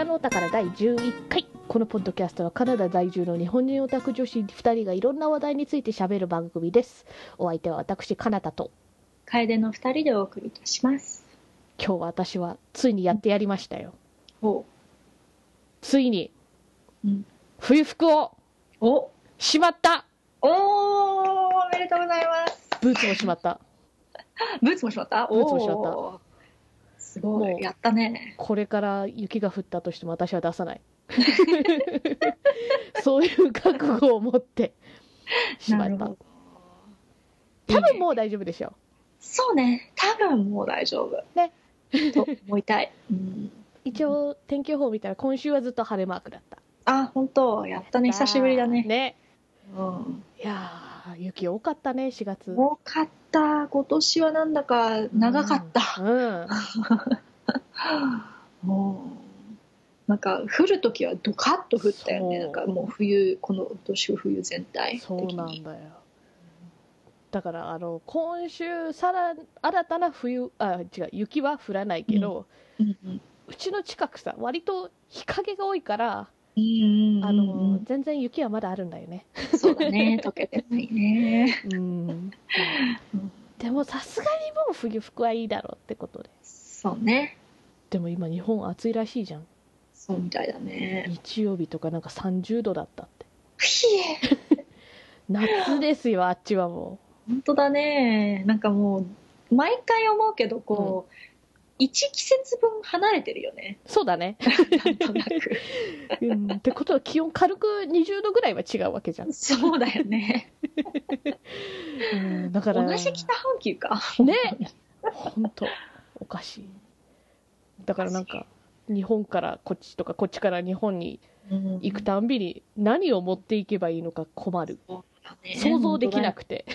北のお宝第11回。このポッドキャストはカナダ在住の日本人オタク女子2人がいろんな話題について喋る番組です。お相手は私カナダと楓の2人でお送りいたします。 今日私はついにやってやりましたよ。ついに冬服をしまった。 おめでとうございます。 ブーツもしまった。 ブーツもしまった。 ブーツもしまった。 すごい、やったね。 これから雪が降ったとしても私は出さない。そういう覚悟を持ってしまった。多分もう大丈夫でしょう。 そうね、多分もう大丈夫ねと思いたい。 一応天気予報見たら今週はずっと晴れマークだった。 あ、本当やったね。久しぶりだね。 ね、いやー雪多かったね。4月多かった。今年はなんだか長かった。もうなんか降るときはドカッと降ったよね。なんかもう冬、この年冬全体的に。そうなんだよ。 だから今週新たな雪は降らないけど、うちの近くさ割と日陰が多いから、全然雪はまだあるんだよね。 そうだね、溶けてないね。 でもさすがにもう冬服はいいだろうってことで。 そうね。でも今日本暑いらしいじゃん。 そうみたいだね。 日曜日とかなんか30度だったって。 ひえ夏ですよ、あっちはもう。本当だね。なんかもう毎回思うけどこう、1季節分離れてるよね。 そうだね。なんとなくってことは気温軽く20度ぐらいは違うわけじゃん。 そうだよね。 だから同じ北半球かね。本当おかしい。だからなんか日本からこっちとかこっちから日本に行くたんびに何を持っていけばいいのか困る。想像できなくて。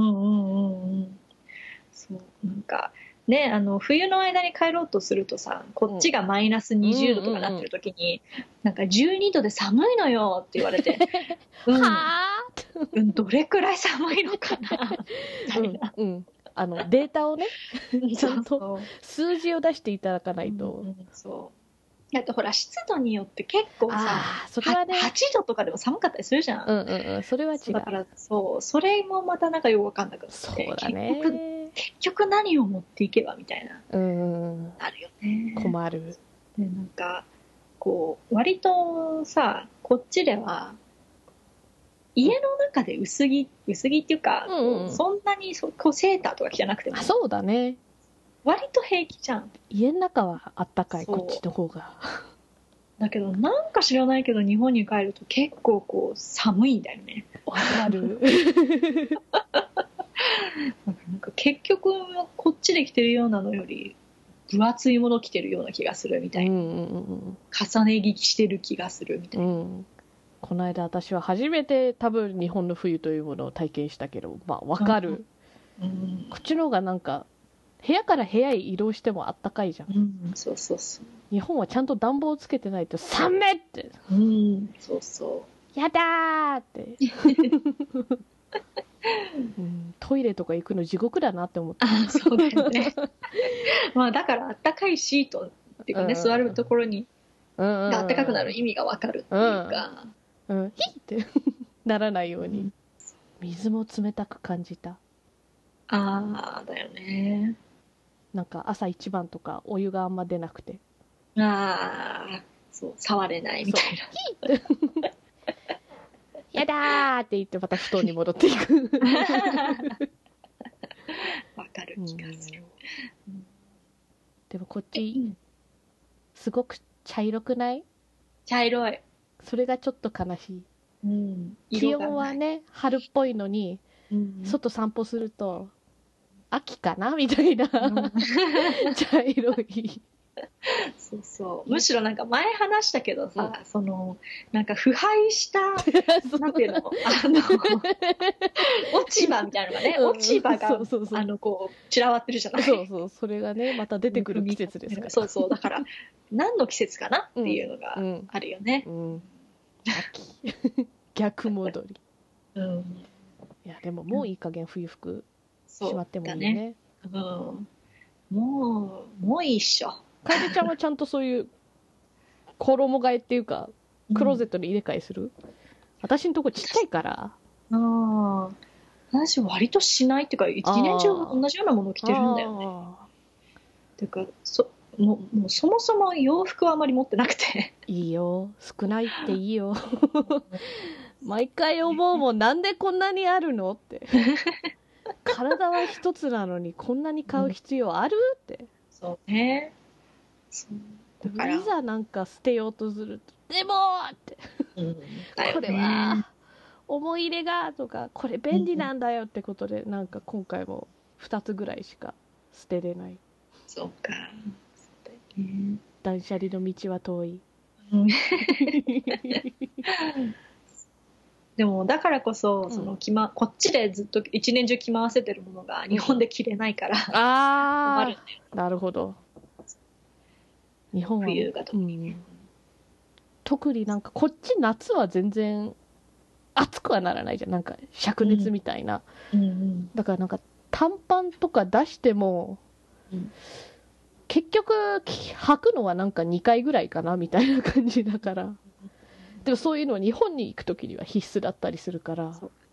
そうなんかね、冬の間に帰ろうとするとさ、こっちがマイナス20度とかなってる時に、なんか12度で寒いのよって言われてはぁどれくらい寒いのかなみたいな。 データをねちゃんと数字を出していただかないと。 そうあとほら湿度によって結構さ、それはね、8度とかでも寒かったりするじゃん。 それは違う。 だからそれもまたなんかよく分かんなくて、 そうだね、 結局何を持っていけばみたいな、あるよね。 困る。 でなんかこう割とさ、こっちでは家の中で薄着っていうか、そんなにこうセーターとか着てなくても、 そうだね、 割と平気じゃん。 家の中はあったかい、こっちの方が。だけどなんか知らないけど日本に帰ると結構こう寒いんだよね。 わかる。 なんか結局こっちで着てるようなのより分厚いもの着てるような気がするみたいな、重ね着してる気がするみたいな。 この間私は初めて多分日本の冬というものを体験したけど、まあわかる。こっちの方がなんか部屋から部屋へ移動してもあったかいじゃん。 そうそうそう。 日本はちゃんと暖房つけてないと寒めって。 そうそう。 やだーって。トイレとか行くの地獄だなって思って。 そうだよね。まあだからあったかいシートっていうかね、座るところにがあったかくなる意味がわかるっていうか、 ヒッってならないように。水も冷たく感じた。 だよね。 なんか朝一番とかお湯があんま出なくて、 そう触れないみたいな。 やだーって言ってまた布団に戻っていく。 わかる気がする。 でもこっちすごく茶色くない？ 茶色い。 それがちょっと悲しい。気温はね春っぽいのに、外散歩すると秋かなみたいな、茶色い。 そうそう。むしろなんか前話したけどさ、なんか腐敗したなんていうの、落ち葉みたいなのがね、落ち葉がこう散らわってるじゃない。 それがねまた出てくる季節ですから。 だから何の季節かなっていうのがあるよね。 秋。逆戻り。いやでももういい加減冬服しまってもいいね。 もういいっしょ。 楓ちゃんはちゃんとそういう衣替えっていうか、クローゼットに入れ替えする、私のとこちっちゃいから。 ああ。私割としないっていうか、一年中同じようなものを着てるんだよね。ていうか、もうそもそも洋服はあまり持ってなくて。 いいよ。少ないっていいよ。毎回思うもん、なんでこんなにあるのって。体は一つなのにこんなに買う必要あるって。 そうね。 だからいざなんか捨てようとすると、でもって、これは思い入れがとか、これ便利なんだよってことで、なんか今回も2つぐらいしか捨てれない。 そうか。 断捨離の道は遠い。 でもだからこそ、こっちでずっと一年中着回せてるものが日本で着れないから、 困る。なるほど。日本は冬が特に、 特になんかこっち夏は全然暑くはならないじゃん、なんか灼熱みたいな、だからなんか短パンとか出しても、結局履くのはなんか2回ぐらいかなみたいな感じだから、でもそういうのは日本に行く時には必須だったりするから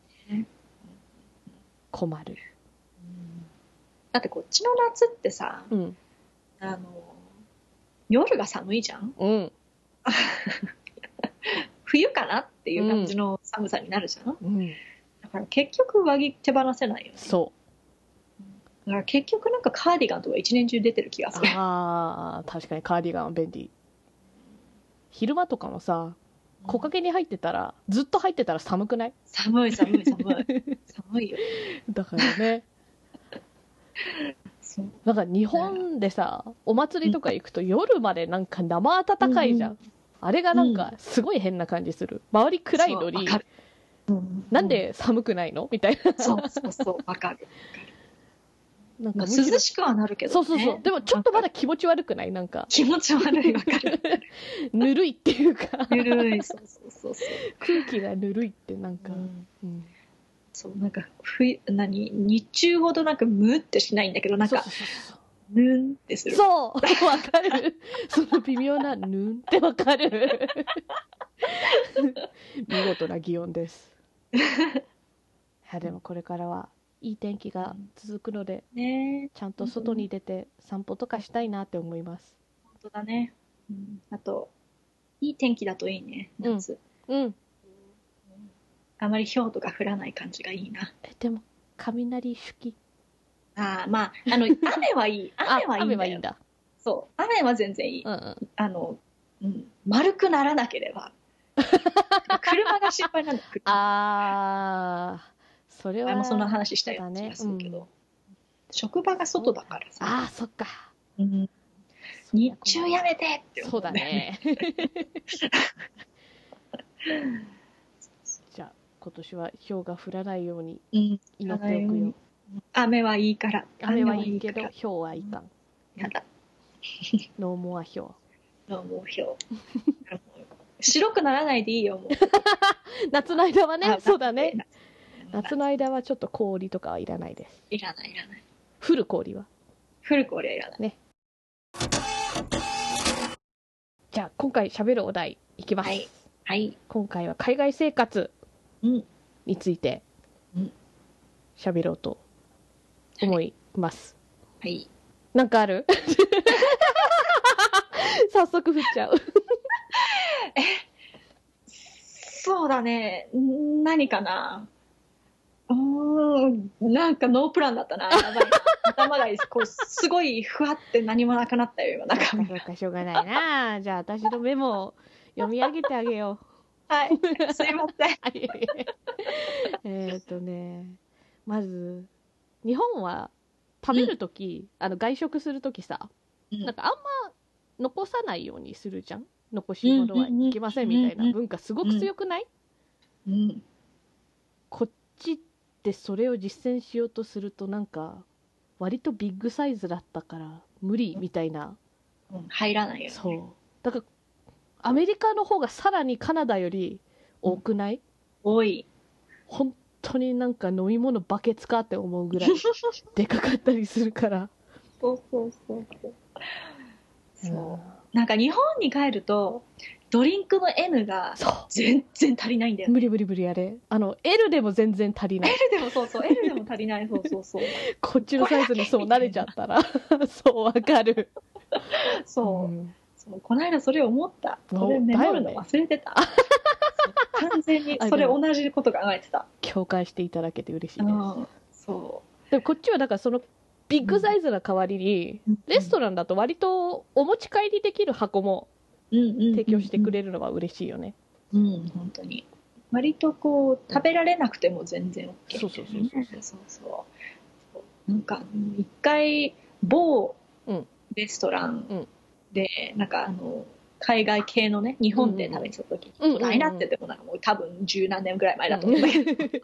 困る。 だってこっちの夏ってさ、夜が寒いじゃん、冬かなっていう感じの寒さになるじゃん、だから結局上着手放せないよね。だから結局なんかカーディガンとか一年中出てる気がする。 確かにカーディガンは便利。昼間とかもさ、木陰に入ってたら、ずっと入ってたら寒くない？ 寒い寒いよ。 だからね。なんか日本でさ、お祭りとか行くと夜までなんか生暖かいじゃん。あれがなんかすごい変な感じする。周り暗いのに、なんで寒くないのみたいな。 そうわかる。 なんか涼しくはなるけどね。 そう。でもちょっとまだ気持ち悪くない？なんか。 気持ち悪い、わかる。 ぬるいっていうか。 ぬるい、そう。 空気がぬるいってなんか。 そうなんか日中ほどなんかムーってしないんだけど、なんかヌーンってする。 そうわかる。その微妙なヌーンってわかる。見事な擬音です。でもこれからはいい天気が続くので、ちゃんと外に出て散歩とかしたいなって思います。 本当だね。あといい天気だといいね、夏。あまり氷とか降らない感じがいいな。 でも雷式。 まあ雨はいい。雨はいいんだ。そう、雨は全然いい。丸くならなければ。車が心配なんだ。 それはもそんな話したような気がするけど、職場が外だからさ。 そっか。 日中やめてって思う。そうだね。じゃあ今年は氷が降らないように祈っておくよ。 雨はいいから。 雨はいいけど氷はいかん。 やだ。 ノーモア氷。 ノーモア氷。白くならないでいいよもう。 夏の間はね。そうだね。夏の間はちょっと氷とかはいらないです。 いらない。 降る氷はいらない。 ね。じゃあ今回喋るお題いきます。 はい。 今回は海外生活について喋ろうと思います。 はい。 なんかある？早速振っちゃう。 そうだね。何かな。なんかノープランだったな。やばいな。頭がすごいふわって何もなくなったよ今。 そうかしょうがないな。じゃあ私のメモを読み上げてあげよう。はい。すいません。まず日本は食べるとき、外食するときさ、なんかあんま残さないようにするじゃん。残し物はいけませんみたいな文化すごく強くない？こっちってそれを実践しようとするとなんか割とビッグサイズだったから無理みたいな。 入らないよね。 そう。だからアメリカの方がさらにカナダより多くない？ 多い。 本当になんか飲み物バケツかって思うぐらいでかかったりするから。 そう。 なんか日本に帰るとドリンクの N が全然足りないんだよ、ね、 無理無理無理あれL でも全然足りない。 L でもそうそう L でも足りないそうそうそうこっちのサイズにそう慣れちゃったらそうわかる。 そう、そうこの間それ思った。それメモるの忘れてた、ね、完全にそれ同じこと考えてた。 共感していただけて嬉しいです。 そうでもこっちはだからそのビッグサイズの代わりに、レストランだと割とお持ち帰りできる箱も提供してくれるのは嬉しいよね。 本当に割とこう食べられなくても全然 OK、ね、そうなんか一回某レストランで、なんか海外系のね日本で食べてた時に、大なっててもなんかもう多分十何年ぐらい前だと思うんだけど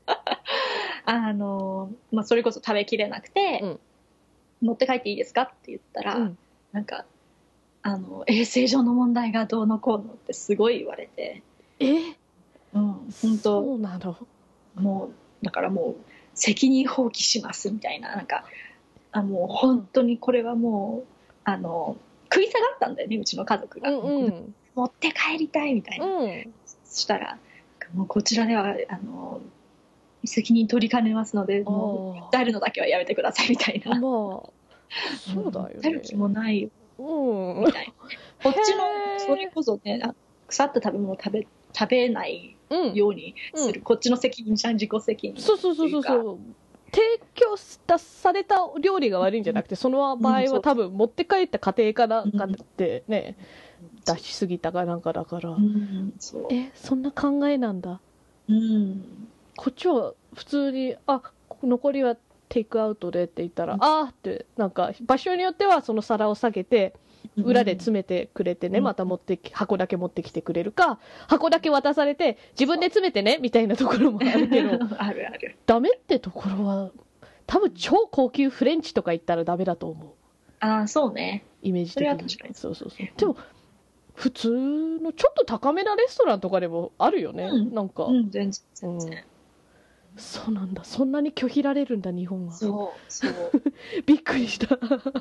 まあ、それこそ食べきれなくて、持って帰っていいですかって言ったら、なんか衛生上の問題がどうのこうのってすごい言われて、本当そうなの。 もうだからもう責任放棄しますみたいな、なんかもう本当にこれはもう食い下がったんだよね、うちの家族が、持って帰りたいみたいな、そしたらもうこちらでは責任取りかねますので、もう訴えるのだけはやめてくださいみたいな。 そうだよね。 訴える気もないよ、みたいな。こっちのそれこそね、腐った食べ物食べないようにする、こっちの責任じゃん、自己責任。 そう提供された料理が悪いんじゃなくて、その場合は多分持って帰った家庭からかってね、出しすぎたかなんかだから、そんな考えなんだ。こっちは普通に残りはテイクアウトでって言ったら、ってなんか場所によってはその皿を下げて裏で詰めてくれてね、また箱だけ持ってきてくれるか、箱だけ渡されて自分で詰めてねみたいなところもあるけどあるある。 ダメってところは多分超高級フレンチとか行ったらダメだと思う。 そうね、 イメージ的に。それは確かにそうでも普通のちょっと高めなレストランとかでもあるよね、なんか全然、 そうなんだ、そんなに拒否られるんだ日本は。 そうびっくりした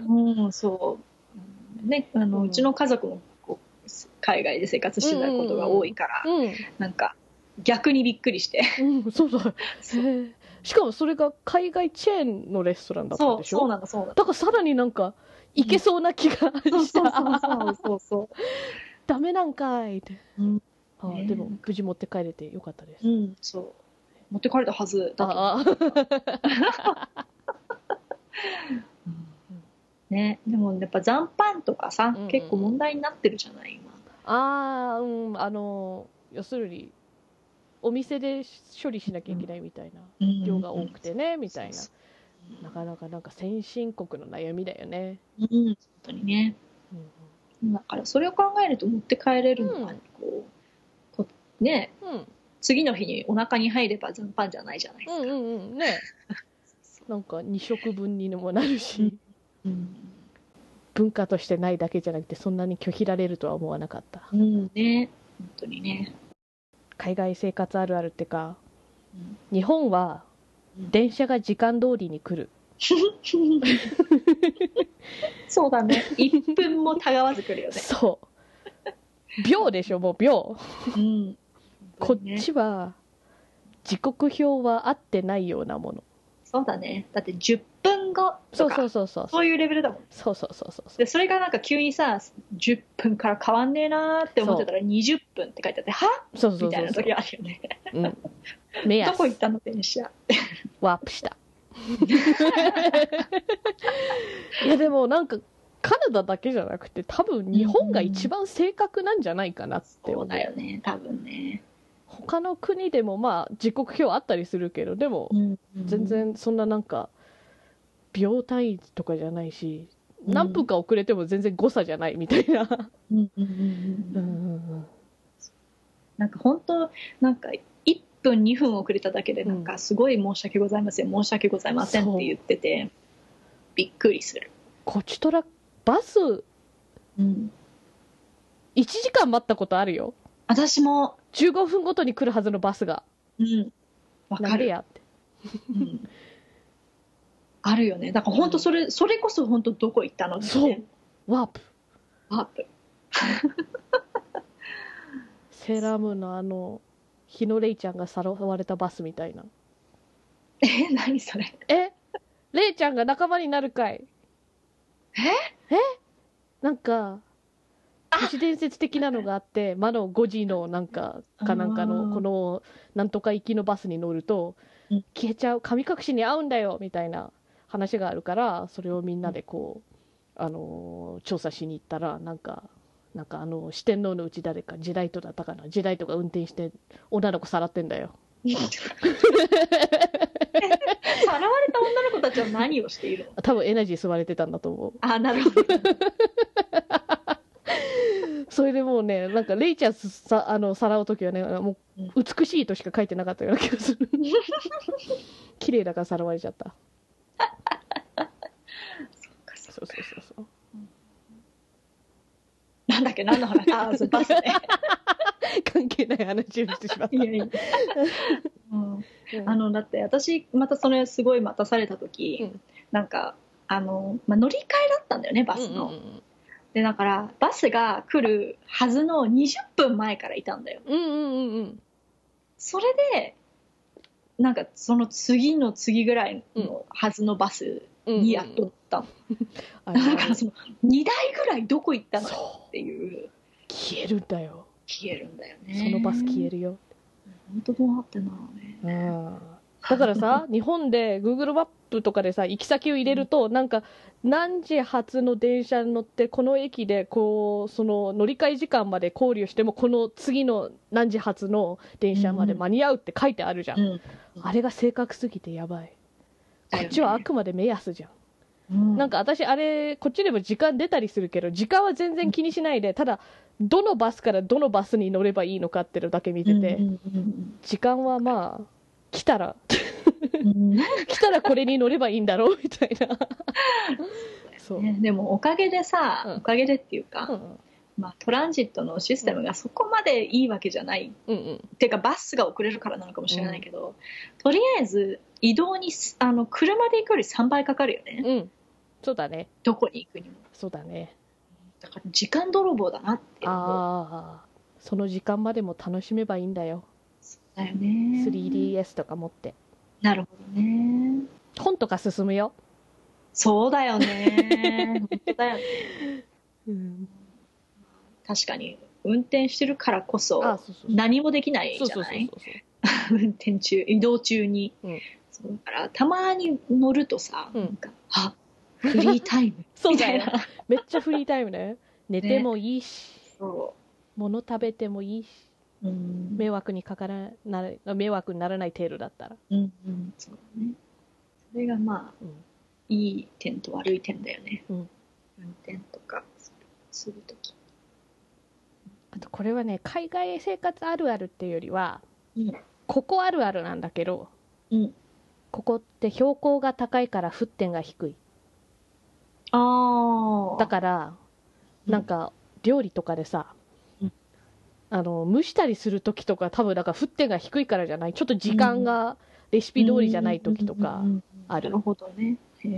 そうね、うちの家族もこう海外で生活してたことが多いから、なんか逆にびっくりして、 そうだしかもそれが海外チェーンのレストランだったでしょ。そうなんだだからさらになんかいけそうな気がしたそうダメなんかいって、でも無事持って帰れてよかったです。 そう持って帰れたはずだね。でもやっぱ残飯とかさ、結構問題になってるじゃない今。 要するにお店で処理しなきゃいけないみたいな、量が多くてねみたいな、なかなかなんか先進国の悩みだよね。 本当にね。だからそれを考えると持って帰れるのはこうね、次の日にお腹に入れば残飯じゃないじゃないですか。 ねなんか2食分にもなるし、文化としてないだけじゃなくてそんなに拒否られるとは思わなかった。 ね、本当にね。 海外生活あるあるってか、日本は電車が時間通りに来る。 そうだね、1分もたがわず来るよね。 そう秒でしょ、もう秒。こっちは時刻表は合ってないようなもの。 そうだね、だって10分後とかそういうレベルだもん。でそれがなんか急にさ10分から変わんねえなーって思ってたら20分って書いてあって、はみたいな時あるよね。どこ行ったの電車ワープしたいやでもなんかカナダだけじゃなくて多分日本が一番正確なんじゃないかなって思う。 そうだよね、多分ね。 他の国でもまあ時刻表あったりするけど、でも全然そんななんか秒単位とかじゃないし、何分か遅れても全然誤差じゃないみたいな。 なんか本当なんか1分2分遅れただけでなんかすごい申し訳ございません、申し訳ございませんって言っててびっくりする。 こっちとらバス、1時間待ったことあるよ。 私も 15分ごとに来るはずのバスが。 わかる。 なんでやって。 あるよね。だから本当それこそ本当どこ行ったのって、 そうワープセーラームーンの日野レイちゃんがさらわれたバスみたいな。 何それ。 レイちゃんが仲間になるかい。なんか都市伝説的なのがあって、魔の5時のなんかなんかのこのなんとか行きのバスに乗ると消えちゃう、神隠しに合うんだよみたいな話があるから、それをみんなでこう調査しに行ったら、なんか四天王のうち誰かジェダイトだったかな、ジェダイトが運転して女の子さらってんだよ。 さらわれた女の子たちは何をしているの？ 多分エナジー吸われてたんだと思う。 なるほど。 それでもうね、なんかレイちゃんさらう時はね、もう美しいとしか書いてなかったような気がする。綺麗だからさらわれちゃった。そうそうそうそう。 なんだっけ、何の話？そう、バスね。 関係ない話をしてしまった。 いやいや。だって私またそれすごい待たされた時、なんか乗り換えだったんだよね、バスの。でだからバスが来るはずの20分前からいたんだよ。それでなんかその次の次ぐらいのはずのバスにやっとったの。だからその2台ぐらいどこ行ったのっていう。 消えるんだよ。 消えるんだよね。 そのバス消えるよ。 本当どうなってんだろうね。 だからさ、日本で Google マップとかでさ、行き先を入れると、なんか何時発の電車に乗ってこの駅でこうその乗り換え時間まで考慮してもこの次の何時発の電車まで間に合うって書いてあるじゃん。あれが正確すぎてやばい。こっちはあくまで目安じゃん。なんか私あれこっちでも時間出たりするけど、時間は全然気にしないで、ただどのバスからどのバスに乗ればいいのかっていうのだけ見てて、時間はまあ来たら来たらこれに乗ればいいんだろうみたいな。 そうね。でもおかげでさ、おかげでっていうか、トランジットのシステムがそこまでいいわけじゃない、っていうかバスが遅れるからなのかもしれないけど、とりあえず移動に車で行くより3倍かかるよね。 そうだね。 どこに行くにも。 そうだね。 だから時間泥棒だなって思う。その時間までも楽しめばいいんだよ。 そうだよね。 3DS とか持って。 なるほどね。 本とか進むよ。 そうだよね。本当だよね。確かに運転してるからこそ何もできないじゃない。運転中、移動中に。そうだからたまに乗るとさ、なんかフリータイムみたいな。 めっちゃフリータイムね。寝てもいいし、物食べてもいいし、迷惑にならない程度だったら。 そうだね。それがまあ、いい点と悪い点だよね。運転とかするとき。 あとこれはね、海外生活あるあるっていうよりは、ここあるあるなんだけど、ここって標高が高いから沸点が低い。だからなんか料理とかでさ、蒸したりする時とか多分だから沸点が低いからじゃない、ちょっと時間がレシピ通りじゃない時とかある。 なるほどね。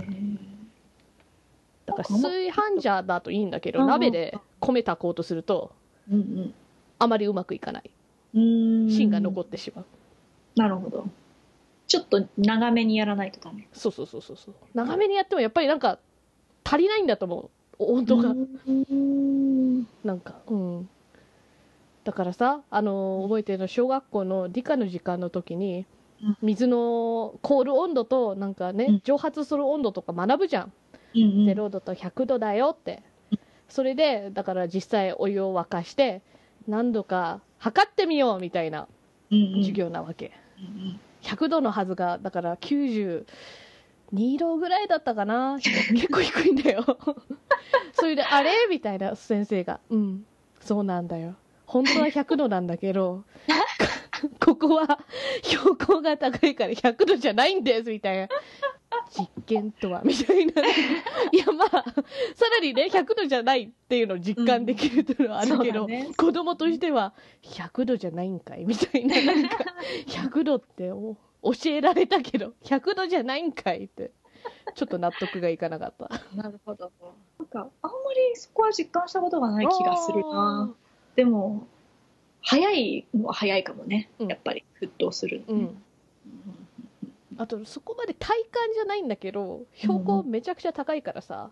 だから炊飯ジャーだといいんだけど、鍋で米炊こうとするとあまりうまくいかない。芯が残ってしまう。 なるほど。ちょっと長めにやらないとダメ。 そう長めにやってもやっぱりなんか足りないんだと思う、温度が。なんかだからさ、覚えてるの、小学校の理科の時間の時に水の凍る温度となんかね、蒸発する温度とか学ぶじゃん。0度と100度だよって。それでだから実際お湯を沸かして何度か測ってみようみたいな授業なわけ。100度のはずがだから92度ぐらいだったかな。結構低いんだよ。それであれみたいな、先生がそうなんだよ、本当は100度なんだけどここは標高が高いから100度じゃないんですみたいな。実験とはみたいな。いやまあさらにね100度じゃないっていうのを実感できるというのはあるけど、子供としては100度じゃないんかいみたいな、なんか100度って教えられたけど100度じゃないんかいってちょっと納得がいかなかった。 なるほど。 かあんまりそこは実感したことがない気がするな。でも早いのは早いかもね、やっぱり沸騰するのね。 あとそこまで体感じゃないんだけど、標高めちゃくちゃ高いからさ、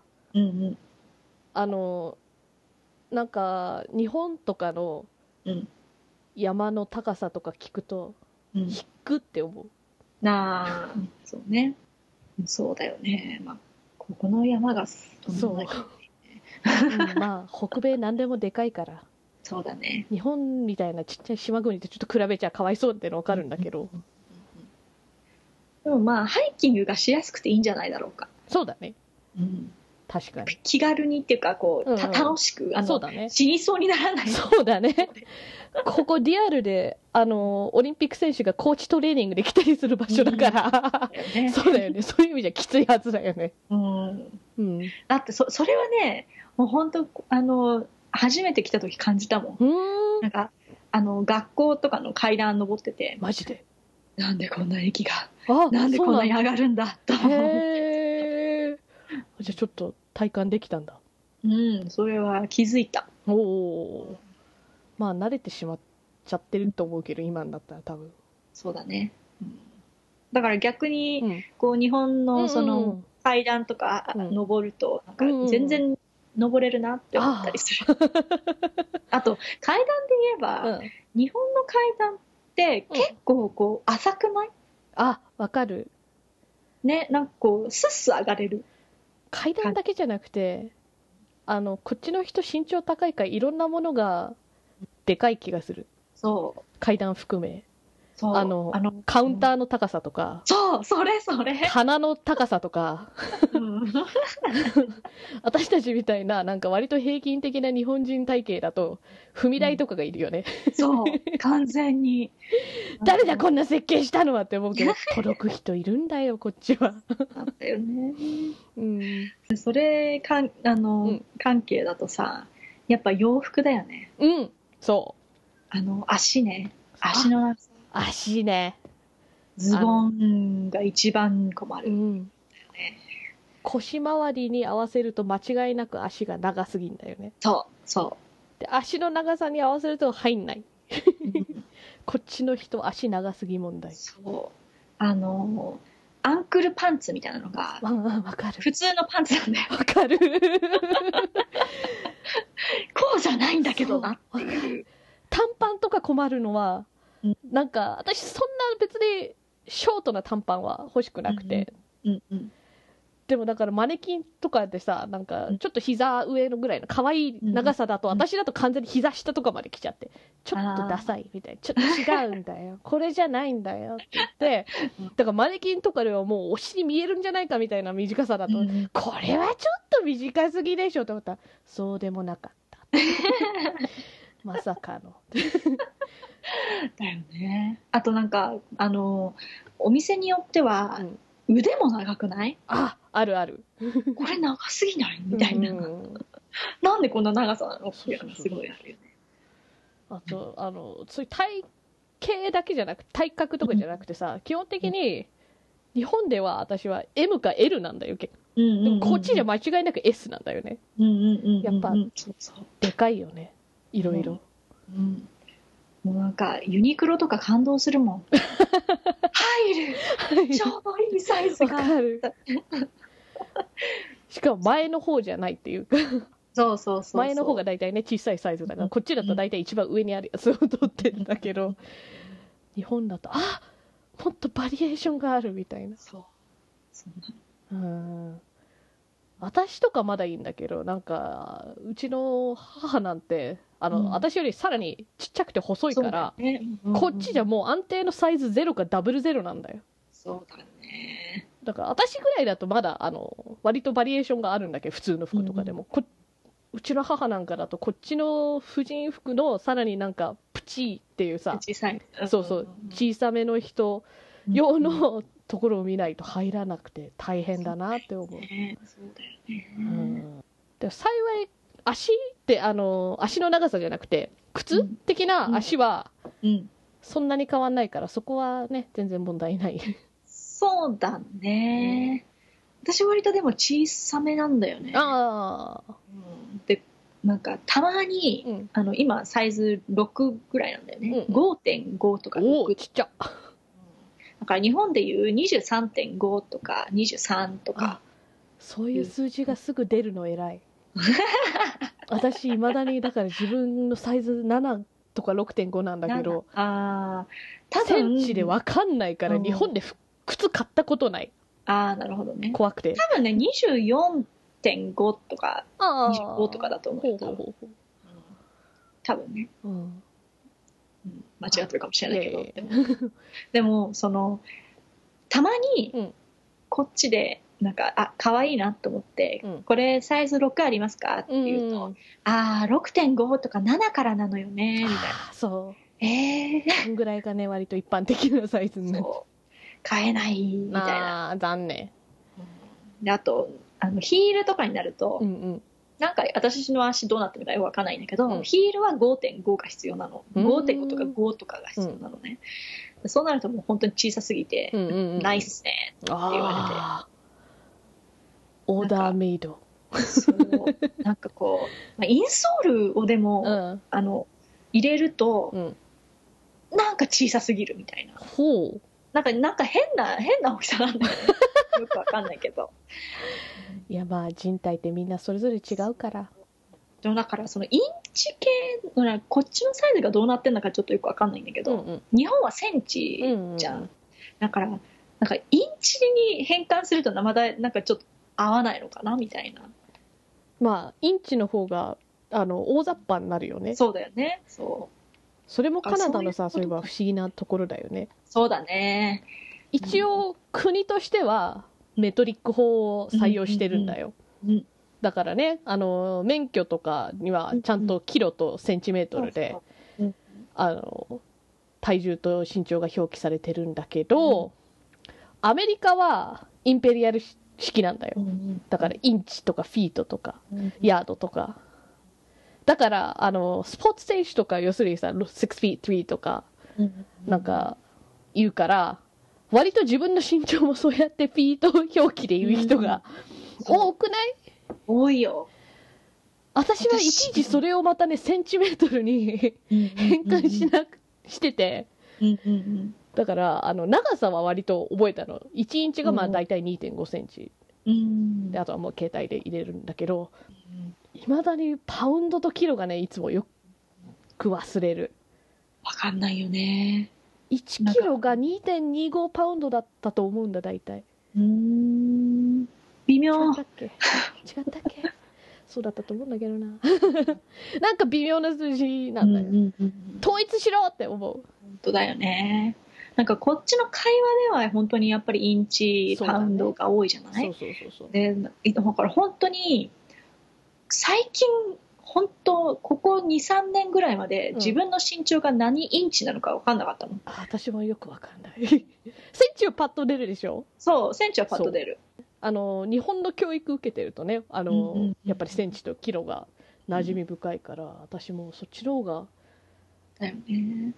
なんか日本とかの山の高さとか聞くと、低って思う。 そうね。そうだよね。まあここの山がそう。まあ北米何でもでかいから。 そうだね。 日本みたいなちっちゃい島国とちょっと比べちゃかわいそうっての分かるんだけど。 でもまあハイキングがしやすくていいんじゃないだろうか。 そうだね。確かに。 気軽にっていうかこう、楽しくそうだね。 死にそうにならない。 そうだね。ここリアルでオリンピック選手がコーチトレーニングで来たりする場所だから、そうだよね。そういう意味じゃきついはずだよね。だってそれはね、もう本当初めて来た時感じたもん。なんか学校とかの階段登ってて、 マジでなんでこんな駅がなんでこんなに上がるんだと思って。 じゃあちょっと体感できたんだ。 それは気づいた。 まあ慣れてしまっちゃってると思うけど、今になったら多分。 そうだね。だから逆にこう日本のその階段とか登るとなんか全然登れるなって思ったりする。あと階段で言えば、日本の階段って結構こう浅くない？ わかるね。なんかこうスッス上がれる。 階段だけじゃなくてこっちの人身長高いからいろんなものがでかい気がする。そう階段含め。カウンターの高さとか、 それ棚の高さとか、私たちみたいななんか割と平均的な日本人体型だと踏み台とかがいるよね。 そう完全に誰だこんな設計したのはって思うけど、届く人いるんだよこっちは。 だよね。それ関係だとさ、やっぱ洋服だよね。 そう足ね。足の長さ。 足ね。 ズボンが一番困る。 腰回りに合わせると間違いなく足が長すぎんだよね。で足の長さに合わせると入んない。こっちの人足長すぎ問題。 アンクルパンツみたいなのがわかる。 普通のパンツなんだよ。 わかる。 こうじゃないんだけどなっていう。 短パンとか困るのは、なんか私そんな別にショートな短パンは欲しくなくて、でもだからマネキンとかでさ、なんかちょっと膝上のぐらいの可愛い長さだと、私だと完全に膝下とかまで来ちゃって、ちょっとダサいみたいな、ちょっと違うんだよこれじゃないんだよって言って、だからマネキンとかではもうお尻見えるんじゃないかみたいな短さだと、これはちょっと短すぎでしょと思ったら、そうでもなかったまさかのだよね。あとなんかお店によっては、腕も長くない？ あるあるこれ長すぎないみたいな、なんでこんな長さなのっていうのがすごいあるよね。 あとそういう体型だけじゃなくて体格とかじゃなくてさ、基本的に日本では私は M か L なんだよ。でもこっちじゃ間違いなく S なんだよね。やっぱでかいよね、いろいろ。 もうなんかユニクロとか感動するもん。入るちょうどいいサイズが。 しかも前の方じゃないっていうかそう前の方が大体ね小さいサイズだから、こっちだと大体一番上にあるやつを取ってるんだけど、日本だともっとバリエーションがあるみたいな。私とかまだいいんだけど、なんかうちの母なんて私よりさらにちっちゃくて細いから、こっちじゃもう安定のサイズ0かダブル0なんだよ。 そうだね。 だから私ぐらいだとまだ割とバリエーションがあるんだけど、普通の服とかでも、うちの母なんかだとこっちの婦人服のさらになんかプチっていうさ、小さめの人用のところを見ないと入らなくて大変だなって思う。そうだよね。で幸い足って足の長さじゃなくて靴的な足はそんなに変わんないから、そこはね全然問題ない。 そうだね。 私割とでも小さめなんだよね。 ああ、 でなんかたまに、今サイズ6ぐらいなんだよね、5.5 とか6。 おお、ちっちゃ。 だから日本でいう 23.5 とか23とか。 そういう数字がすぐ出るの偉い。私いまだにだから自分のサイズ7とか 6.5 なんだけど、 多分センチで分かんないから日本で靴買ったことない。 なるほどね。 怖くて。 多分ね 24.5 とか25とかだと思うよ。多分ね、間違ってるかもしれないけど、でもそのたまにこっちでなんか可愛いなと思って、これサイズ6ありますかって言うと、6.5 とか7からなのよねみたいな。 そうそんぐらいがね割と一般的なサイズになって、 買えないみたいな。 残念。 であとヒールとかになると、なんか私の足どうなってるかよくわかんないんだけど、ヒールは 5.5 が必要なの。5.5 とか5とかが必要なのね。そうなるともう本当に小さすぎて、ないっすねって言われて。 オーダーメイド。 そうなんかこう、インソールをでも、入れると、なんか小さすぎるみたいな。なんか変な大きさなんだよね。よくわかんないけど。 いやまあ人体ってみんなそれぞれ違うから。 でもだからそのインチ系のこっちのサイズがどうなってんのかちょっとよくわかんないんだけど、日本はセンチじゃん。だからなんかインチに変換するとまだなんかちょっと合わないのかなみたいな。 まあインチの方が大雑把になるよね。 そうだよね。 それもカナダのさ、そういえば不思議なところだよね。 そうだね。 一応国としてはメトリック法を採用してるんだよ。だからね、免許とかにはちゃんとキロとセンチメートルで、体重と身長が表記されてるんだけど、アメリカはインペリアル式なんだよ。だからインチとかフィートとか、ヤードとか。だからスポーツ選手とか要するにさ6 feet 3とかなんか言うから、割と自分の身長もそうやってフィート表記で言う人が多くない？ 多いよ。 私はいちいちそれをまたねセンチメートルに変換してて、だから長さは割と覚えたの。1インチがまあ大体 2.5 センチで、あとはもう携帯で入れるんだけど、いまだにパウンドとキロがねいつもよく忘れる。 わかんないよね。 1キロが 2.25 パウンドだったと思うんだ大体。 微妙。 違ったっけそうだったと思うんだけどな。なんか微妙な数字なんだよ。統一しろって思う。 本当だよね。なんかこっちの会話では本当にやっぱりインチ、パウンドが多いじゃない？でだから本当に最近本当ここ 2,3 年ぐらいまで自分の身長が何インチなのか分かんなかったの。 私もよく分かんない。センチはパッと出るでしょ？ そう、センチはパッと出る。 日本の教育受けてるとね、やっぱりセンチとキロが馴染み深いから、私もそっちの方がだよね。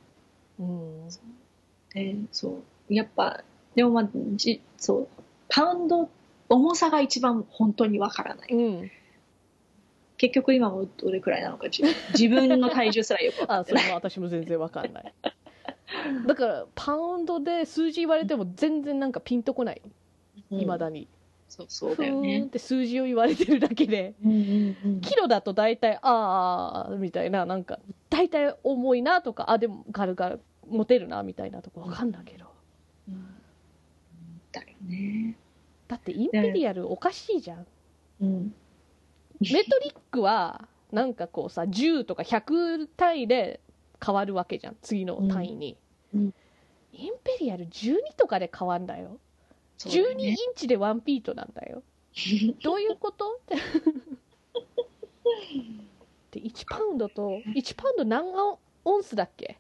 そうやっぱでもまあそうパウンド重さが一番本当に分からない。結局今もどれくらいなのか自分の体重すらよく分かってない。 それも私も全然分かんない。だからパウンドで数字言われても全然なんかピンとこない。いまだに。 そうだよね。 って数字を言われてるだけで、キロだと大体みたいな、なんか大体重いなとか、でも軽々持てるなみたいなとこ分かんだけど。 だよね。 だってインペリアルおかしいじゃん。メトリックはなんかこうさ10とか100単位で変わるわけじゃん、次の単位に。インペリアル12とかで変わんだよ。12インチで1フィートなんだよ。どういうことで1パウンドと1パウンド何オンスだっけ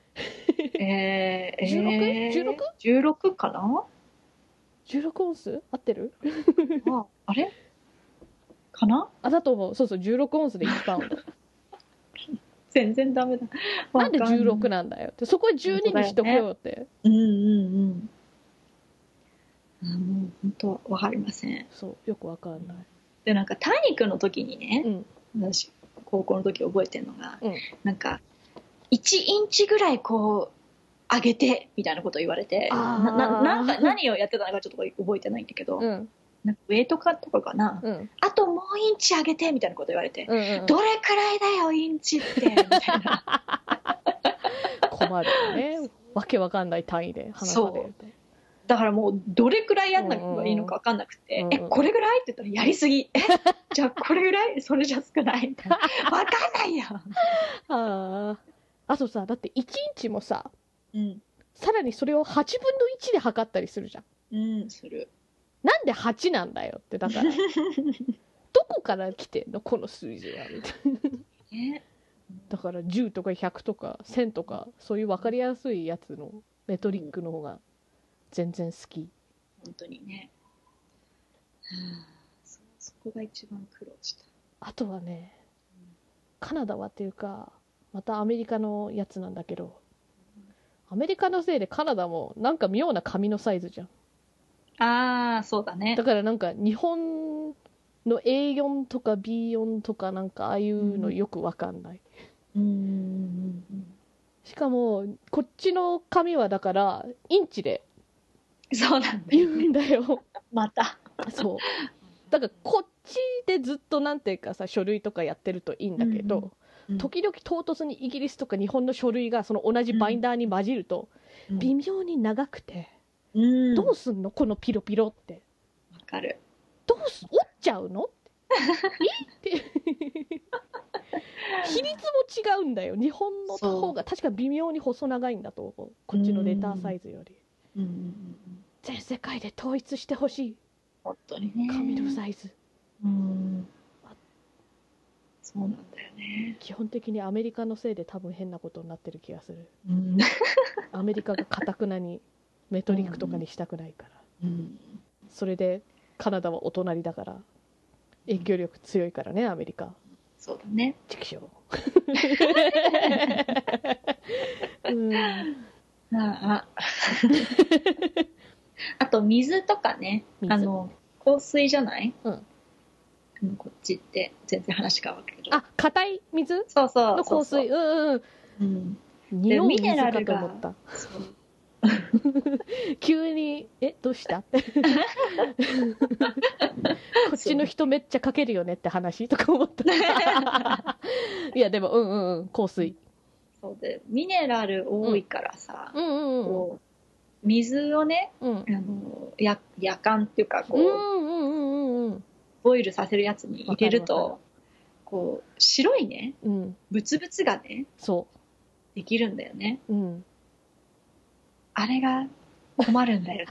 ？16 かな ？16オンス合ってる？ あれかな？ だと思う。そう16オンスで1パウンド。 全然ダメだ。 なんで16なんだよって、そこは12にしとこうよって。 もう本当わかりません。 そうよくわかんない。 でなんか体育の時にね、私高校の時覚えてるのが、なんか1インチぐらいこう上げてみたいなこと言われて、なんか何をやってたのかちょっと覚えてないんだけど、なんかウェイトカットとかかな、あともうインチ上げてみたいなこと言われて、どれくらいだよインチってみたいな。 困るよね、わけわかんない単位で話されると。 だからもうどれくらいやんなきゃいいのか分かんなくて、これぐらいって言ったらやりすぎ、じゃあこれぐらい、それじゃ少ないみたいな、分かんないよ。 あとさ、だって1インチもさ、さらにそれを8分の1で測ったりするじゃん。 する。 なんで8なんだよって、だからどこから来てんのこの数字はみたいな。だから10とか100とか1000とかそういう分かりやすいやつのメトリックの方が全然好き。 本当にね。そこが一番苦労した。 あとはね、カナダはっていうかまたアメリカのやつなんだけど、アメリカのせいでカナダもなんか妙な紙のサイズじゃん。 そうだね。 だからなんか日本の A4 とか B4 とかなんかああいうのよくわかんない。しかもこっちの紙はだからインチでそうなんだ言うんだよ。 また。 そう。だからこっちでずっとなんていうかさ、書類とかやってるといいんだけど、時々唐突にイギリスとか日本の書類がその同じバインダーに混じると、微妙に長くて、どうすんのこのピロピロって。 わかる。 折っちゃうのって比率も違うんだよ。日本の方が確か微妙に細長いんだと思う、こっちのレターサイズより。全世界で統一してほしい。 本当にね。 紙のサイズ。 そうなんだよね。 基本的にアメリカのせいで多分変なことになってる気がする。アメリカが堅くなにメトリックとかにしたくないから。それでカナダはお隣だから影響力強いからね、アメリカ。 そうだね。 畜生。 あと水とかね、硬水じゃない？こっちって全然話変わるけど。 硬い水？ そうそう。 の硬水。匂う水かと思った。急にどうしたってこっちの人めっちゃかけるよねって話とか思ったいやでも硬水。 そうでミネラル多いからさ、こう水をね、やかんっていうかこう、ボイルさせるやつに入れるとこう白いね、ブツブツがね、できるんだよね。あれが困るんだよ。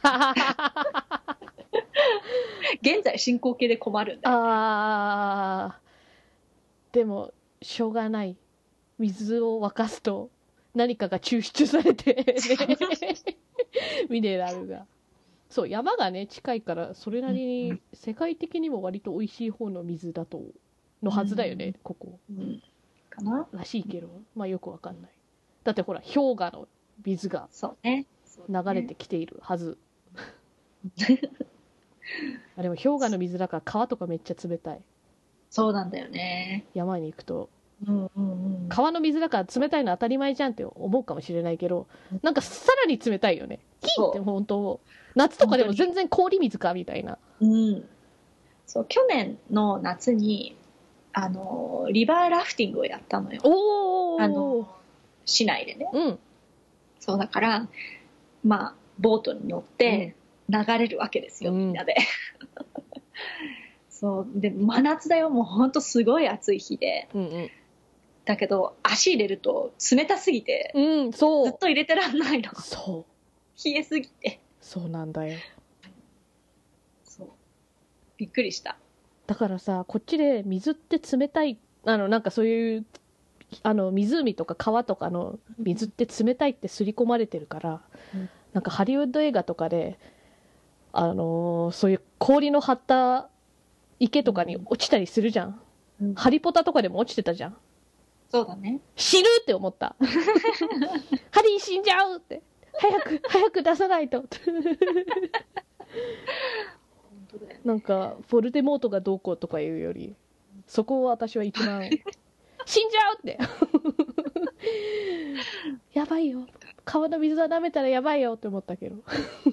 現在進行形で困るんだよ。 でもしょうがない。水を沸かすと何かが抽出されて、ミネラルが。そう、山がね近いからそれなりに世界的にも割と美味しい方の水だとのはずだよね、ここ。 かならしいけど、まあよくわかんない。だってほら氷河の水が流れてきているはず。でも氷河の水だから川とかめっちゃ冷たい。そうなんだよね。山に行くと、川の水だから冷たいの当たり前じゃんって思うかもしれないけど、なんかさらに冷たいよね。キーって本当夏とかでも全然氷水かみたいな。そう去年の夏にリバーラフティングをやったのよ。市内でね。そうだからまあボートに乗って流れるわけですよ、みんなで。そうで真夏だよ、もうほんとすごい暑い日で、だけど足入れると冷たすぎて、ずっと入れてらんないの。冷えすぎて。そうなんだよ。そうびっくりした。だからさ、こっちで水って冷たい、なんかそういう湖とか川とかの水って冷たいって刷り込まれてるから、なんかハリウッド映画とかでそういう氷の張った池とかに落ちたりするじゃん。ハリポタとかでも落ちてたじゃん。そうだね。死ぬって思った。ハリー死んじゃうって。早く出さないと。 当だよね。 なんかフォルデモートがどうこうとかいうより、そこを私は一番死んじゃうってやばいよ、川の水は舐めたらやばいよって思ったけど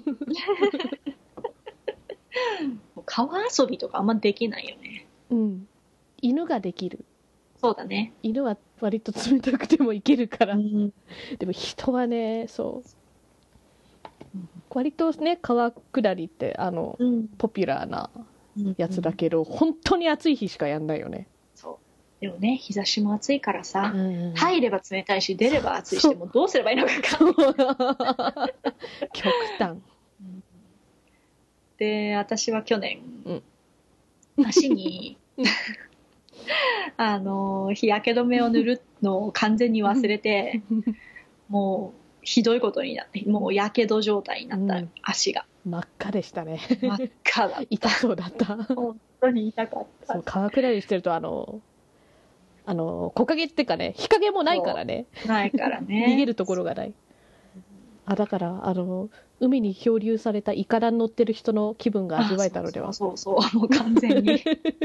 川遊びとかあんまできないよね。 うん、犬ができる。 そうだね。 犬は割と冷たくてもいけるから、 うん、 でも人はね、そううん、 割とね、川下りってうん、 ポピュラーなやつだど。 けど、本当に暑い日しかやんないよね。 そう。でもね、日差しも暑いからさ、 うん、 入れば冷たいし、出れば暑いし、 そうもうどうすればいいのか分かんない。 極端。 で、私は去年、 うん足に日焼け止めを塗るのを完全に忘れて、もうひどいことになって、もうやけど状態になった、足が真っ赤でしたね。 真っ赤だった。 痛そうだった。 本当に痛かった。 そう、川下りしてると木陰っていうかね、日陰もないからね。 ないからね。 逃げるところがない。だから海に漂流されたイカダに乗ってる人の気分が味わえたのでは。 そうそう、もう完全に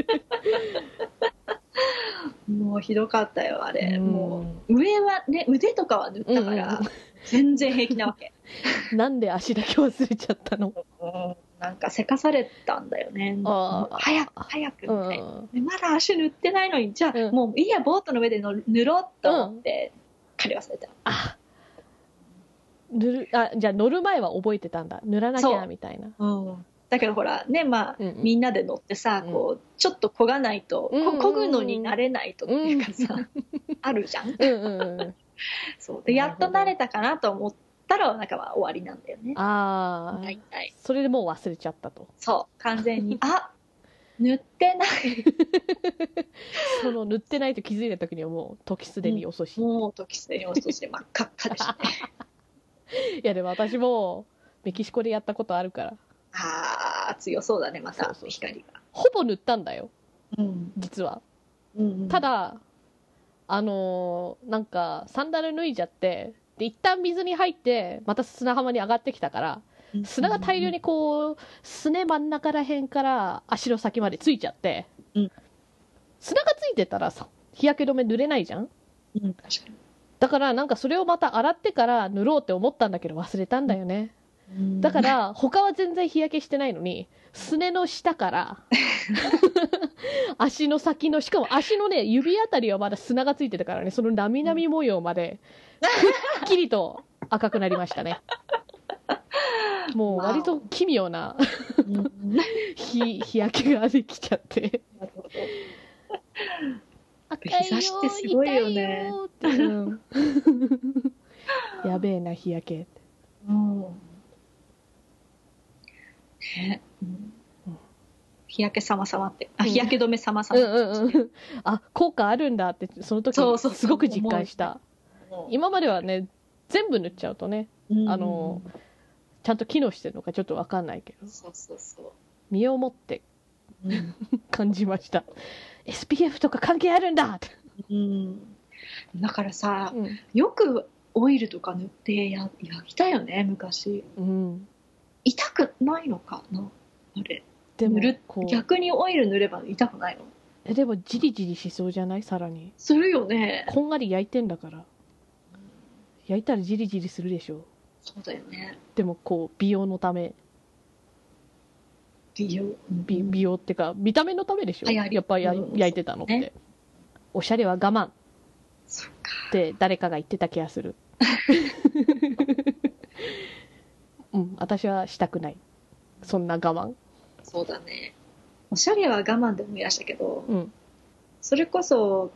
もうひどかったよあれ。もう上はね、腕とかは塗ったから、全然平気なわけ。 なんで足だけ忘れちゃったの？ なんかせかされたんだよね。早く早くみたいな、まだ足塗ってないのに、じゃあ、もういいや、ボートの上で塗ろうと思って、借り忘れた。 じゃあ乗る前は覚えてたんだ、塗らなきゃみたいな。 だけどほらね、まあ、みんなで乗ってさ、こうちょっと漕がないと、漕ぐのに慣れないとっていうかさ、あるじゃん。そうで、やっと慣れたかなと思ったら、なんか終わりなんだよね。大体それでもう忘れちゃったと。 そう、完全に塗ってないその塗ってないと気づいた時にはもう時すでに遅し、 もう時すでに遅しで真っ赤っかでしたねいやでも私もメキシコでやったことあるから。 強そうだね、また光が。 ほぼ塗ったんだよ、実は。ただなんかサンダル脱いじゃって、で一旦水に入ってまた砂浜に上がってきたから、砂が大量にこうすね真ん中らへんから足の先までついちゃって、砂がついてたらさ、日焼け止め塗れないじゃん。 確かに。 だからなんかそれをまた洗ってから塗ろうって思ったんだけど忘れたんだよね。だから他は全然日焼けしてないのに、すねの下から足の先の、しかも足のね、指あたりはまだ砂がついてたからね、そのなみなみ模様までくっきりと赤くなりましたね。もう割と奇妙な日焼けができちゃって日差しってすごいよね。 やべえな日焼け。 ね、日焼け様々って、日焼け止め様々って、 効果あるんだってその時すごく実感した。今まではね、全部塗っちゃうとね、ちゃんと機能してるのかちょっと分かんないけど、身をもって感じました。SPF とか関係あるんだって。 だからさ、よくオイルとか塗って焼いたよね昔。痛くないのかなあれ。でも逆にオイル塗れば痛くないの？ でもジリジリしそうじゃない？さらにするよね。 こんがり焼いてんだから、焼いたらジリジリするでしょ。 そうだよね。 でもこう美容のため、美容ってか見た目のためでしょ、やっぱ焼いてたのって、おしゃれは我慢って誰かが言ってた気がする私はしたくない、そんな我慢。 そうだね、おしゃれは我慢で思い出したけど、それこそ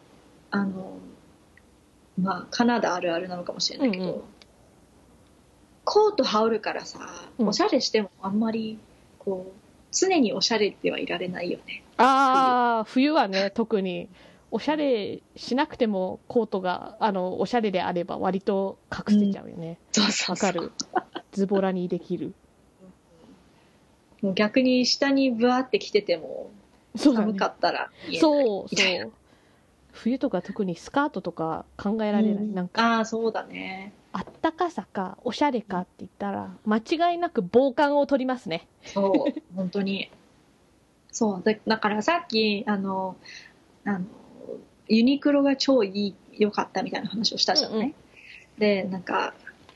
まあカナダあるあるなのかもしれないけど、コート羽織るからさ、おしゃれしてもあんまりこう常におしゃれではいられないよね。 冬はね、特におしゃれしなくてもコートがおしゃれであれば割と隠せちゃうよね。わかる。ズボラにできる。 もう逆に下にブワって着てても寒かったら見えないみたいな。 冬とか特にスカートとか考えられない。なんかそうだね。 あったかさかおしゃれかって言ったら間違いなく防寒を取りますね。 そう本当にそうだからさっきユニクロが超良かったみたいな話をしたじゃない、うんうん、でなんか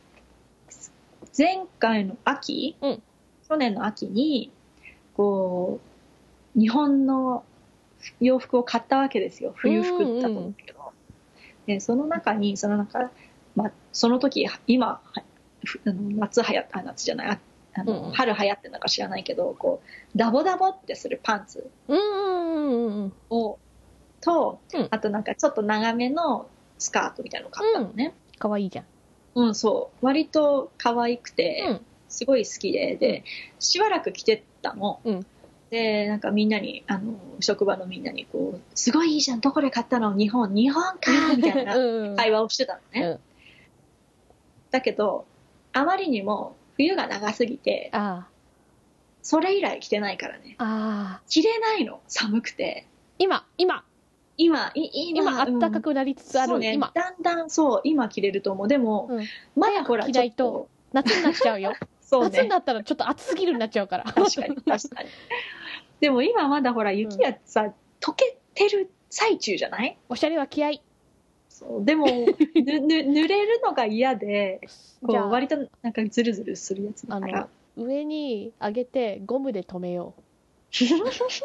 前回の秋、うん、去年の秋にこう日本の洋服を買ったわけですよ。冬服だと思うんだけど、うんうん、でその中、まあ、その時今夏流行った夏じゃないうんうん、春流行ってるのか知らないけどこうダボダボってするパンツをと、うん、あとなんかちょっと長めのスカートみたいなのを買ったのね。 かわいいじゃん。 うんそう割と可愛くて、うん、すごい好きでしばらく着てたの。うんでなんかみんなに職場のみんなにこうすごいいいじゃんどこで買ったの日本かみたいな会話をしてたのね、うん、だけどあまりにも冬が長すぎてそれ以来着てないからね着れないの寒くて今あったかくなりつつある、 そうね、今だんだんそう今着れると思うでも、うん、まだほらちょっと夏になっちゃうよそう、ね、夏になったらちょっと暑すぎるになっちゃうから確かにでも今まだほら雪がさ、うん、溶けてる最中じゃないおしゃれは気合いそうでも濡れるのが嫌でこう割となんかズルズルするやつだから上に上げてゴムで留めようだ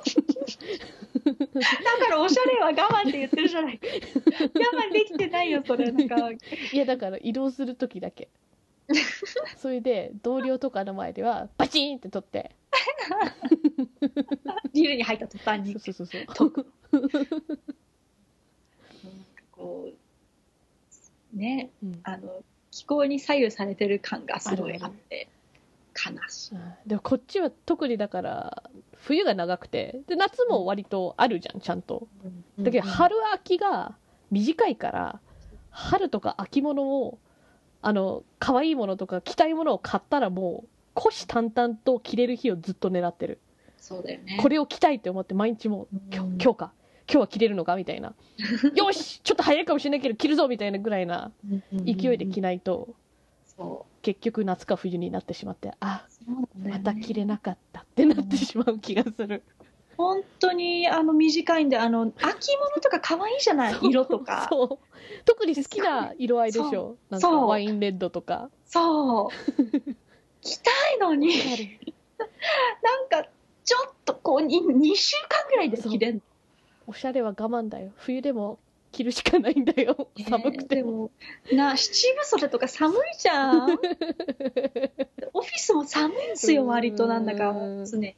からおしゃれは我慢って言ってるじゃない我慢できてないよそれなんかいやだから移動する時だけそれで同僚とかの前ではバチーンって取ってビルに入った途端にそうこうね、うん、気候に左右されてる感がすごいあって悲しい、 でもこっちは特にだから冬が長くてで夏も割とあるじゃんちゃんと、だけど春秋が短いから春とか秋物を可愛いものとか着たいものを買ったらもう虎視眈々と着れる日をずっと狙ってる。 そうだよね。 これを着たいって思って毎日も今日は着れるのかみたいなよしちょっと早いかもしれないけど着るぞみたいなぐらいな勢いで着ないと結局夏か冬になってしまってまた着れなかったってなってしまう気がする。 本当に短いんで秋物とか可愛いじゃない色とかそう特に好きな色合いでしょなんかワインレッドとかそう着たいのになんかちょっとこう 2週間ぐらいで着れんの。 おしゃれは我慢だよ。冬でも着るしかないんだよ、寒くても。 七分袖とか寒いじゃんオフィスも寒いんですよ割となんだか常に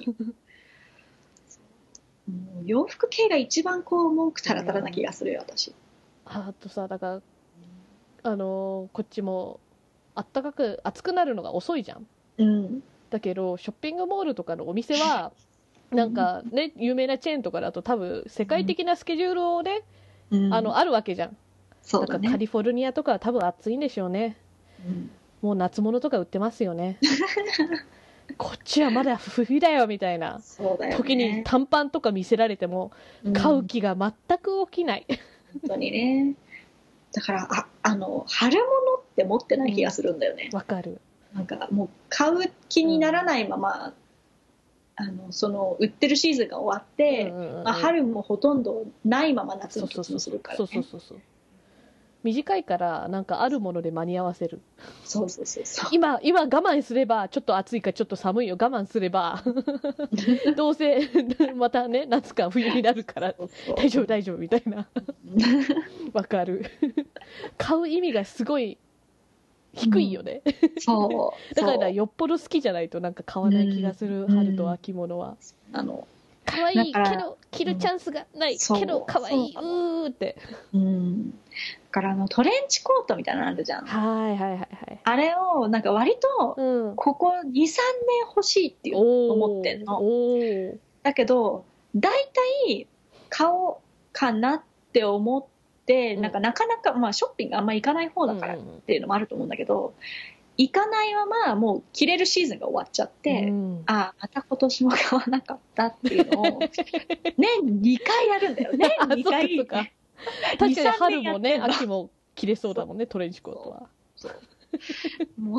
洋服系が一番こう文句たらたらな気がするよ私。 あとさだからこっちも暑くなるのが遅いじゃん、うん、だけどショッピングモールとかのお店はなんかね有名なチェーンとかだと多分世界的なスケジュールをね、うん、あるわけじゃん。そうだね。だからカリフォルニアとかは多分暑いんでしょうね、うん、もう夏物とか売ってますよねこっちはまだ冬だよみたいな、そうだよね、時に短パンとか見せられても買う気が全く起きない、 本当にね。だから春物って持ってない気がするんだよね。 わかる。 なんかもう買う気にならないまま、その売ってるシーズンが終わって、春もほとんどないまま夏の突入するからね。そう短いからなんかあるもので間に合わせる。 そう今我慢すればちょっと暑いかちょっと寒いよ我慢すればどうせまたね夏か冬になるから大丈夫みたいなわかる買う意味がすごい低いよね、そうだからよっぽど好きじゃないとなんか買わない気がする、春と秋物は。可愛いけど着るチャンスがない、けど可愛いって、 だからトレンチコートみたいなのあるじゃん。あれをなんか割とここ 2,3 年欲しいって思ってんの。だけどだいたい買おうかなって思ってなかなか、まあ、ショッピングあんま行かない方だからっていうのもあると思うんだけど、行かないままもう着れるシーズンが終わっちゃって、また今年も買わなかったっていうのを年2回やるんだよね。2回確かに春もね秋も着れそうだもんねトレンチコートは。 そうもう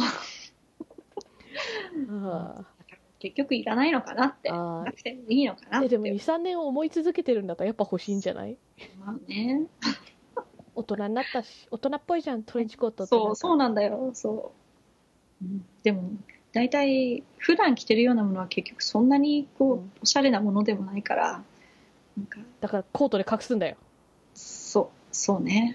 あ結局いらないのかなって、 あなくていいのかなって。 でも2、3年思い続けてるんだったらやっぱ欲しいんじゃない？ まあね。 大人になったし、大人っぽいじゃん、トレンチコートって。 そうなんだよ。そう。でも、大体、普段着てるようなものは結局そんなにこう、おしゃれなものでもないから、なんか。 だからコートで隠すんだよ。 そうね。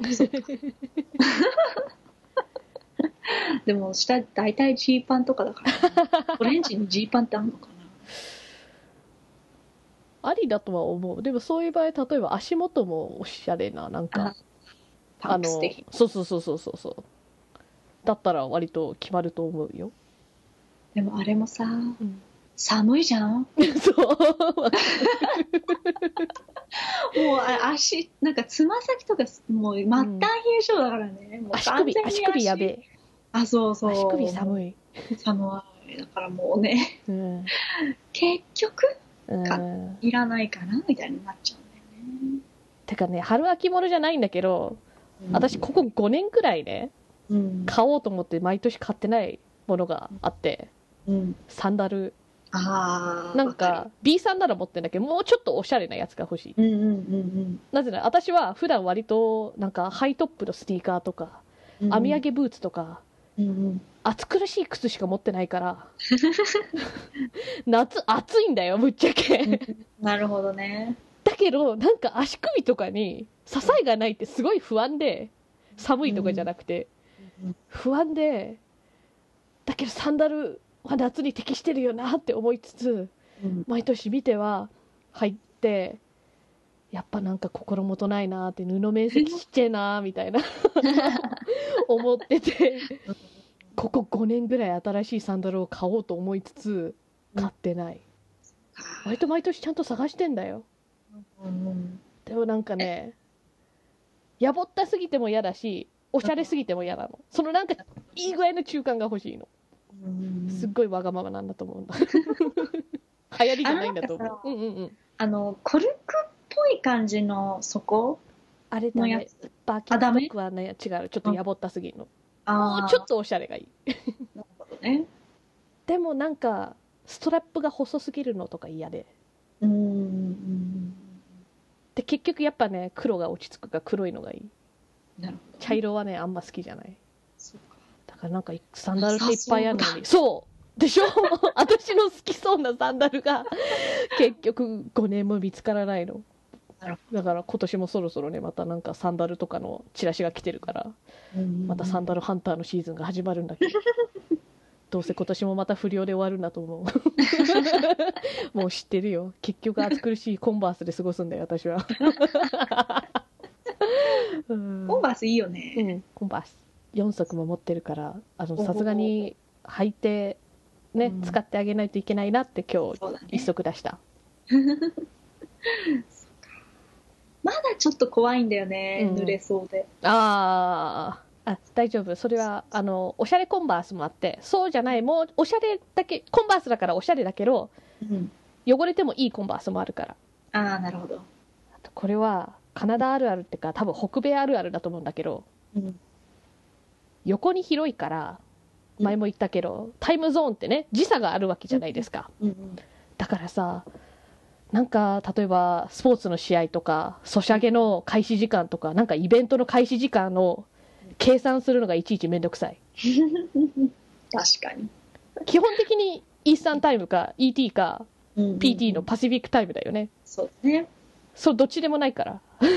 でも、下、大体ジーパンとかだから、オレンジにジーパンってあるのかな。 ありだとは思う。でもそういう場合、例えば足元もおしゃれな、なんか、 パンプス的。 そう。だったら割と決まると思うよ。 でもあれもさ、寒いじゃん。 そう。 もう足、なんかつま先とか、もう末端冷え性だからね。もう足首やべえ。 そう。 足首寒い。 寒い。だからもうね、結局、いらないかなみたいになっちゃうんだよね。 てかね、春秋物じゃないんだけど、私ここ5年くらいね、買おうと思って毎年買ってないものがあって、サンダル。なんか B さんなら持ってんだけど、もうちょっとおしゃれなやつが欲しい。なぜなら私は普段割となんかハイトップのスニーカーとか、編み上げブーツとか、暑苦しい靴しか持ってないから夏暑いんだよぶっちゃけなるほどね。 だけどなんか足首とかに支えがないってすごい不安で、寒いとかじゃなくて不安で、だけどサンダルは夏に適してるよなって思いつつ、毎年見ては入って、やっぱなんか心もとないなって、布面積ちっちゃいなみたいな思ってて、ここ5年ぐらい新しいサンダルを買おうと思いつつ買ってない。割と毎年ちゃんと探してんだよ。でもなんかね、やぼったすぎても嫌だし、おしゃれすぎても嫌なの。そのなんかいい具合の中間が欲しいの。すっごいわがままなんだと思うんだ。流行りじゃないんだと思う。 コルクっぽい感じの底あれだね。バーキンストックはね、違う。ちょっとやぼったすぎるの。もうちょっとおしゃれがいい。 なるほどね。 でもなんかストラップが細すぎるのとか嫌で。で結局やっぱね、黒が落ち着くか黒いのがいい。 なるほど。 茶色はねあんま好きじゃない。だからなんかサンダルっていっぱいあるのに、そうでしょ私の好きそうなサンダルが結局5年も見つからないの。だから今年もそろそろね、またなんかサンダルとかのチラシが来てるから、またサンダルハンターのシーズンが始まるんだけど、どうせ今年もまた不良で終わるんだと思う。もう知ってるよ。結局暑苦しいコンバースで過ごすんだよ私は。 コンバースいいよね。 コンバース4足も持ってるから、さすがに履いてね、使ってあげないといけないなって今日1足出した。 まだちょっと怖いんだよね、濡れそうで。 大丈夫。それはおしゃれコンバースもあって、そうじゃない、もうおしゃれだけ、コンバースだからおしゃれだけど、汚れてもいいコンバースもあるから。 なるほど。 あとこれはカナダあるあるってか多分北米あるあるだと思うんだけど、横に広いから、前も言ったけど、タイムゾーンってね時差があるわけじゃないですか。だからさ、なんか例えばスポーツの試合とかソシャゲの開始時間とか、なんかイベントの開始時間を計算するのがいちいちめんどくさい。 確かに。 基本的にイースタンタイムか ET か PT のパシフィックタイムだよね。 そうね。 そう、どっちでもないから。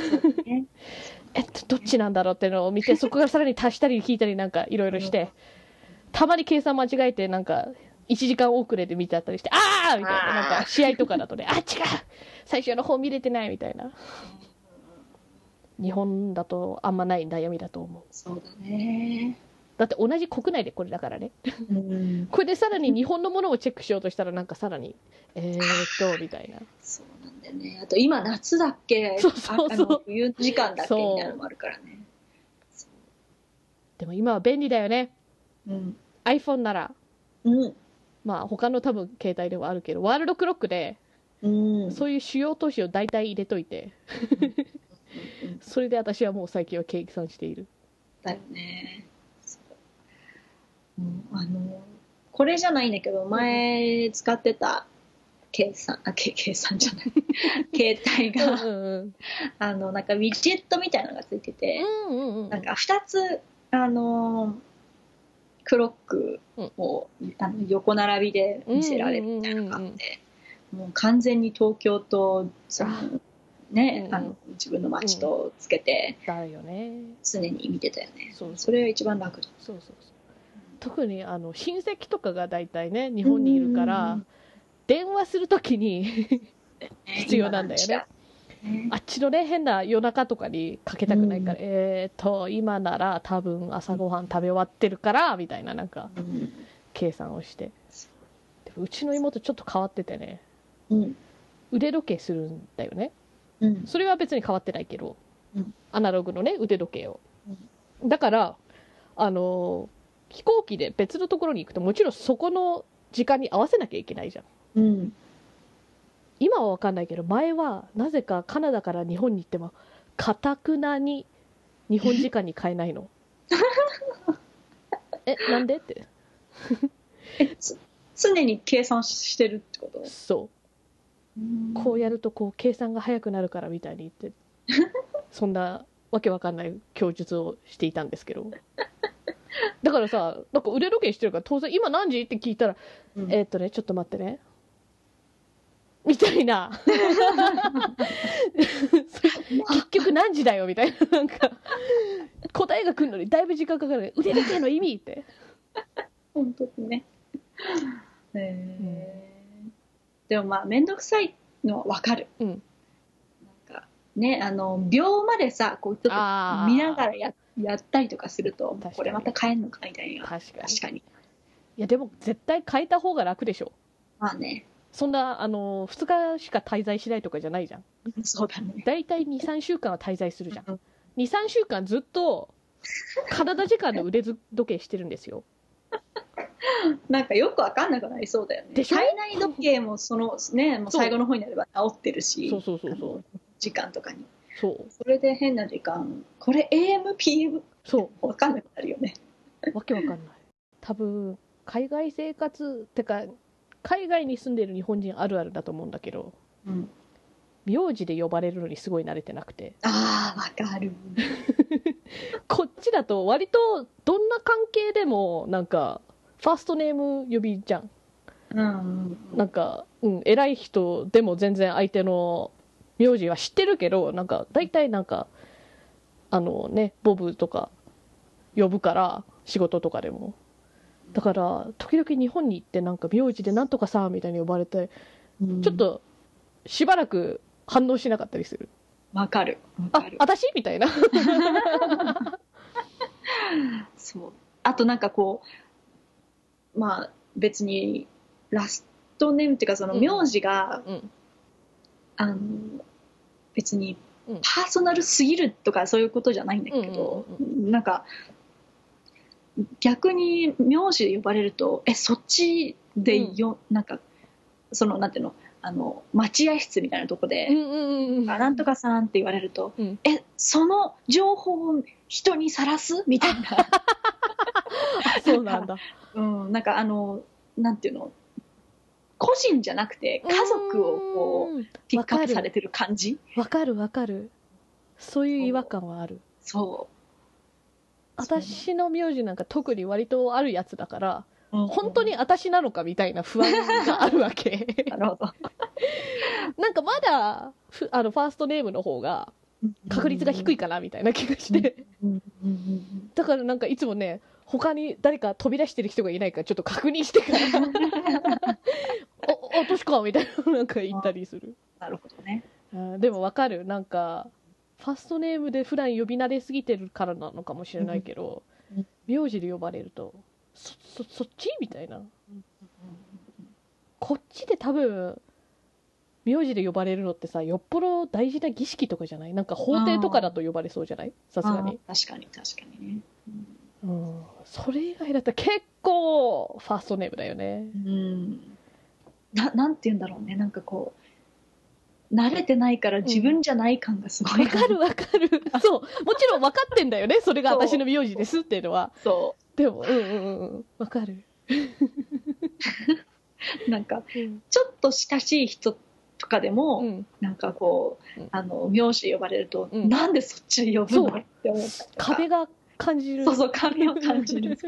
どっちなんだろうっていうのを見て、そこからさらに足したり引いたりなんかいろいろして、たまに計算間違えてなんか1時間遅れで見てあったりして、あーみたいな、なんか試合とかだとね、違う最初の方見れてないみたいな。日本だとあんまない悩みだと思う。 そうだね。 だって同じ国内でこれだからね。これでさらに日本のものをチェックしようとしたらなんかさらにみたいな。 そうなんだよね。あと今夏だっけ、冬時間だっけみたいなのもあるからね。 でも今は便利だよね。iPhone なら、まあ他の多分携帯ではあるけど、ワールドクロックで、そういう主要都市を大体入れといて、それで私はもう最近は計算している。 だよね。 これじゃないんだけど、前使ってた計算じゃない携帯がなんかウィジェットみたいなのがついてて、なんか2つクロックを、横並びで見せられるみたいなのがあって、もう完全に東京とね、自分の街とつけて常に見てたよね。それが一番楽だ。 そう特に親戚とかが大体ね日本にいるから、電話するときに必要なんだよね。あっちのね変な夜中とかにかけたくないから、今なら多分朝ごはん食べ終わってるからみたいななんか計算をして、でもうちの妹ちょっと変わっててね、腕時計するんだよね。それは別に変わってないけど、アナログのね腕時計を、だから飛行機で別のところに行くともちろんそこの時間に合わせなきゃいけないじゃん。今は分かんないけど前はなぜかカナダから日本に行ってもかたくなに日本時間に変えないのなんでって常に計算してるってこと？ そうこうやるとこう計算が早くなるからみたいに言ってそんなわけわかんない供述をしていたんですけどだからさなんか腕時計してるから当然今何時って聞いたら、ちょっと待ってねみたいな結局何時だよみたいななんか答えが来るのにだいぶ時間かかる腕時計の意味って本当ですね。でもまあ面倒くさいのは分かる。なんかね秒までさこうちょっと見ながらやったりとかするとこれまた変えんのかみたいな。確かに。いやでも絶対変えた方が楽でしょ。 まあね。 そんな2日しか滞在しないとかじゃないじゃん。 そうだね。 だいたい 2,3 週間は滞在するじゃん。2,3 週間ずっとカナダ時間の腕時計してるんですよ。 なんかよく分かんなくなりそうだよね。でしょ？体内時計もそのねもう最後の方になれば治ってるし、そう時間とかに。それで変な時間これ AM、PM 分かんなくなるよね。 わけわかんない。多分海外生活ってか海外に住んでる日本人あるあるだと思うんだけど、名字で呼ばれるのにすごい慣れてなくて。 わかる。 こっちだと割とどんな関係でもなんかファーストネーム呼びじゃん。なんか、偉い人でも全然相手の名字は知ってるけどなんか大体なんかボブとか呼ぶから仕事とかでも。だから時々日本に行ってなんか名字でなんとかさみたいに呼ばれて、ちょっとしばらく反応しなかったりする。 わかる。 私みたいなそう。あとなんかこうまあ別にラストネームっていうかその名字が、別にパーソナルすぎるとかそういうことじゃないんだけど、なんか逆に名字で呼ばれるとそっちでなんかそのなんていうの待合室みたいなとこでなんとかさんって言われると、その情報を人にさらすみたいなそうなんだ。 なんかなんていうの個人じゃなくて家族をこうピックアップされてる感じ。 わかるそういう違和感はある。そう私の名字なんか特に割とあるやつだから、本当に私なのかみたいな不安があるわけなるほどなんかまだファーストネームの方が確率が低いかなみたいな気がしてだからなんかいつもね他に誰か飛び出してる人がいないかちょっと確認してから私かみたいななんか言ったりする。 なるほどね。 でもわかる。なんかファーストネームで普段呼び慣れすぎてるからなのかもしれないけど、名字で呼ばれるとそっちみたいな。こっちで多分名字で呼ばれるのってさよっぽど大事な儀式とかじゃない？なんか法廷とかだと呼ばれそうじゃない？さすがに。 確かにね。 それ以外だったら結構ファーストネームだよね。 なんて言うんだろうね。なんかこう慣れてないから自分じゃない感がすごい。 わかるそうもちろん分かってんだよねそれが私の名字ですっていうのは。 でもわかる。 なんかちょっと親しい人とかでも、なんかこう名字呼ばれると、なんでそっち呼ぶのって思った。 壁が感じる。 そう壁を感じる。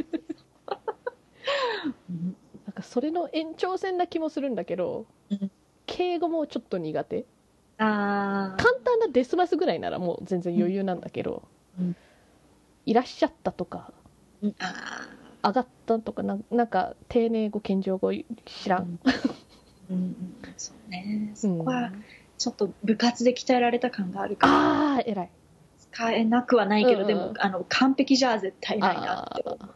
なんかそれの延長線な気もするんだけど、敬語もちょっと苦手。簡単なデスマスぐらいならもう全然余裕なんだけど、いらっしゃったとか、上がったとか、なんか丁寧語謙譲語知らん。 そうね、そこはちょっと部活で鍛えられた感があるから、 偉い。 使えなくはないけど、でも完璧じゃ絶対ないなって思う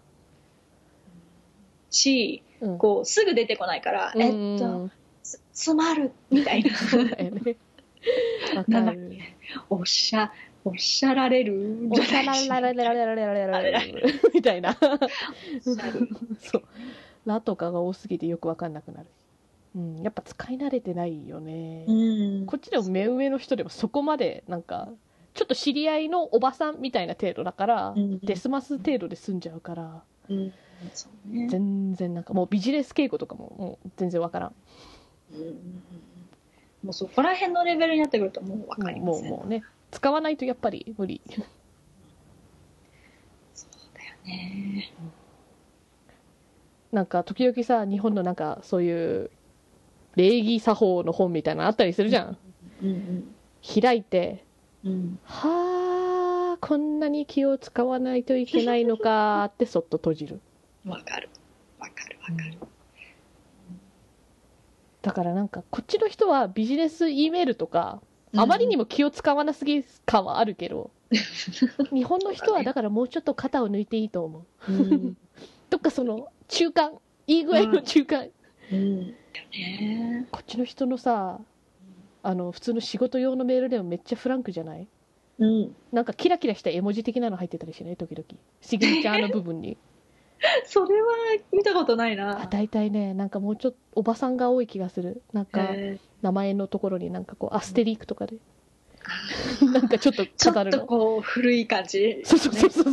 し、こうすぐ出てこないから詰まるみたいな。 そうだよね。 なんだっけ、おっしゃられるおっしゃられるみたいな。そうラとかが多すぎてよく分かんなくなる。やっぱ使い慣れてないよね。こっちでも目上の人でもそこまでなんかちょっと知り合いのおばさんみたいな程度だから、デスマス程度で済んじゃうから、全然なんかもうビジネス敬語とかもう全然分からん。 もうそこら辺のレベルになってくるともう分かりません。 もうね、使わないとやっぱり無理。 そうだよね。 なんか時々さ、日本のなんかそういう礼儀作法の本みたいなのあったりするじゃん。開いて、はあこんなに気を使わないといけないのかってそっと閉じる。 わかる。 だからなんかこっちの人はビジネス E メールとかあまりにも気を使わなすぎ感はあるけど、日本の人はだからもうちょっと肩を抜いていいと思う。どっかその中間、いい具合の中間。こっちの人のさ、普通の仕事用のメールでもめっちゃフランクじゃない？なんかキラキラした絵文字的なの入ってたりしない？時々シグニチャーの部分に。 それは見たことないな。 大体ね、なんかもうちょっとおばさんが多い気がする。なんか名前のところになんかこうアステリックとかで、なんかちょっと飾るの。 ちょっとこう古い感じ。 そう。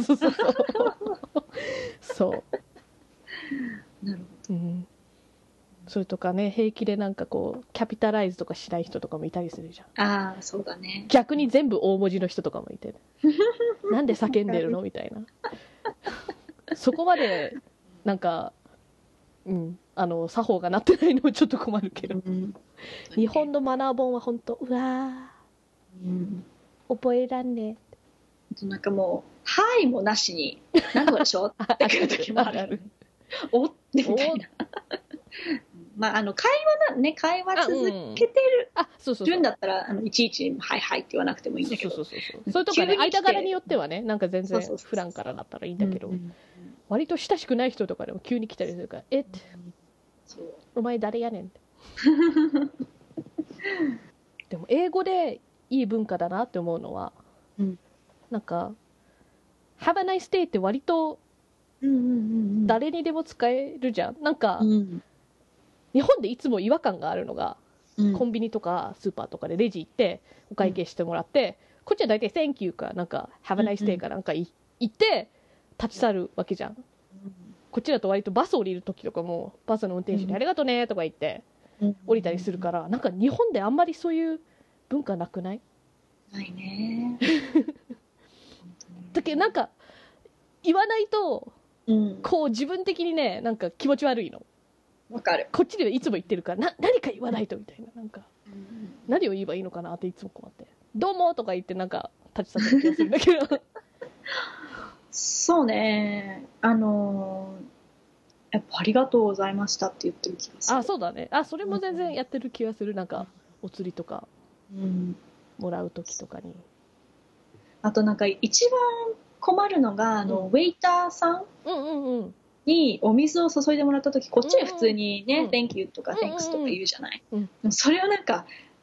そう。 なるほど。 それとかね、平気でなんかこうキャピタライズとかしない人とかもいたりするじゃん。 そうだね。 逆に全部大文字の人とかもいて、なんで叫んでるのみたいな。そこまでなんか作法がなってないのもちょっと困るけど、日本のマナー本は本当うわー、覚えらんねえ。なんかもうはいもなしに何とかでしょってくる時もある。おっみたいな。会話続けてるんだったらいちいちはいはいって言わなくてもいいんだけど、 それとかね、間柄によってはね、なんか全然普段からだったらいいんだけど、割と親しくない人とかでも急に来たりするから、お前誰やねんって。でも英語でいい文化だなって思うのは、なんか Have a nice day って割と誰にでも使えるじゃん。なんか、日本でいつも違和感があるのが、コンビニとかスーパーとかでレジ行ってお会計してもらって、こっちは大体 Thank you かなんか Have a nice day かなんか言って立ち去るわけじゃん。こっちだと割とバス降りる時とかもバスの運転手にありがとねとか言って降りたりするから、なんか日本であんまりそういう文化なくない？ ないね。 だけどなんか言わないと、こう自分的にね、なんか気持ち悪いの。 わかる。 こっちではいつも言ってるから何か言わないとみたいな、なんか、何を言えばいいのかなっていつも困って、どうもとか言ってなんか立ち去った気がするんだけど。 そうね、やっぱありがとうございましたって言ってる気がする。 そうだね。それも全然やってる気がする。なんかお釣りとかもらう時とかに。あとなんか一番困るのがウェイターさんにお水を注いでもらった時、こっちは普通にね、Thank you とか Thanks とか言うじゃない。それをなんか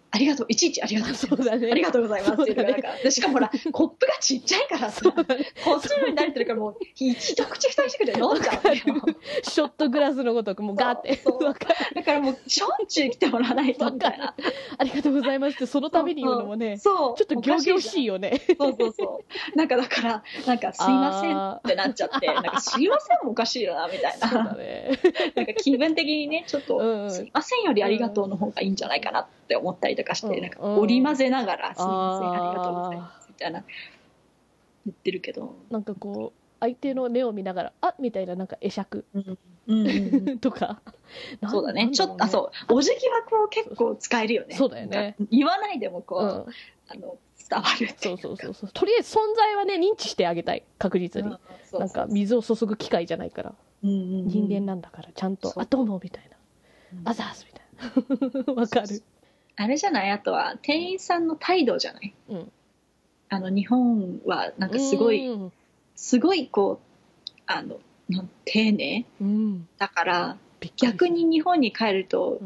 ありがとう、いちいちありがとうございます、 ね、 ありがとうございますっていうのがなんか、でしかもほらコップがちっちゃいからさ、こっちのように慣れてるからもう一口二口ぐらい飲んじゃうんだよ。 ショットグラスのごとくもうガーってだからもうしょっちゅう来てもらわないとみたいな。 ありがとうございますってその度に言うのもね、そうちょっと仰々しいよね。 そうなんかだからなんかすいませんってなっちゃって、なんかすいませんもおかしいなみたいな。そうだね。なんか気分的にねちょっと、すいませんよりありがとうの方がいいんじゃないかなって思ったりとかして、なんか織り交ぜながら、すいませんありがとうございますみたいな言ってるけど、 なんかこう相手の目を見ながらあみたいななんか会釈、とか、 そうだね、ちょっとそうお辞儀はこう結構使えるよね。 そうだよね。 言わないでもこう、伝わるっていうか。 そうとりあえず存在はね認知してあげたい、確実に。なんか水を注ぐ機械じゃないから、人間なんだからちゃんとあどうもみたいな、あざーすみたいな。わかる。あれじゃない、あとは店員さんの態度じゃない。日本はなんかすごいこう丁寧、だから逆に日本に帰ると、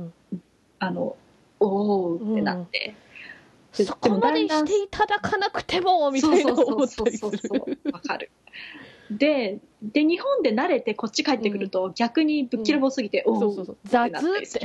おーってなって、 そこまでしていただかなくてもみたいな思ったりする。 わかる。で日本で慣れてこっち帰ってくると、逆にぶっきらぼうすぎて、 雑って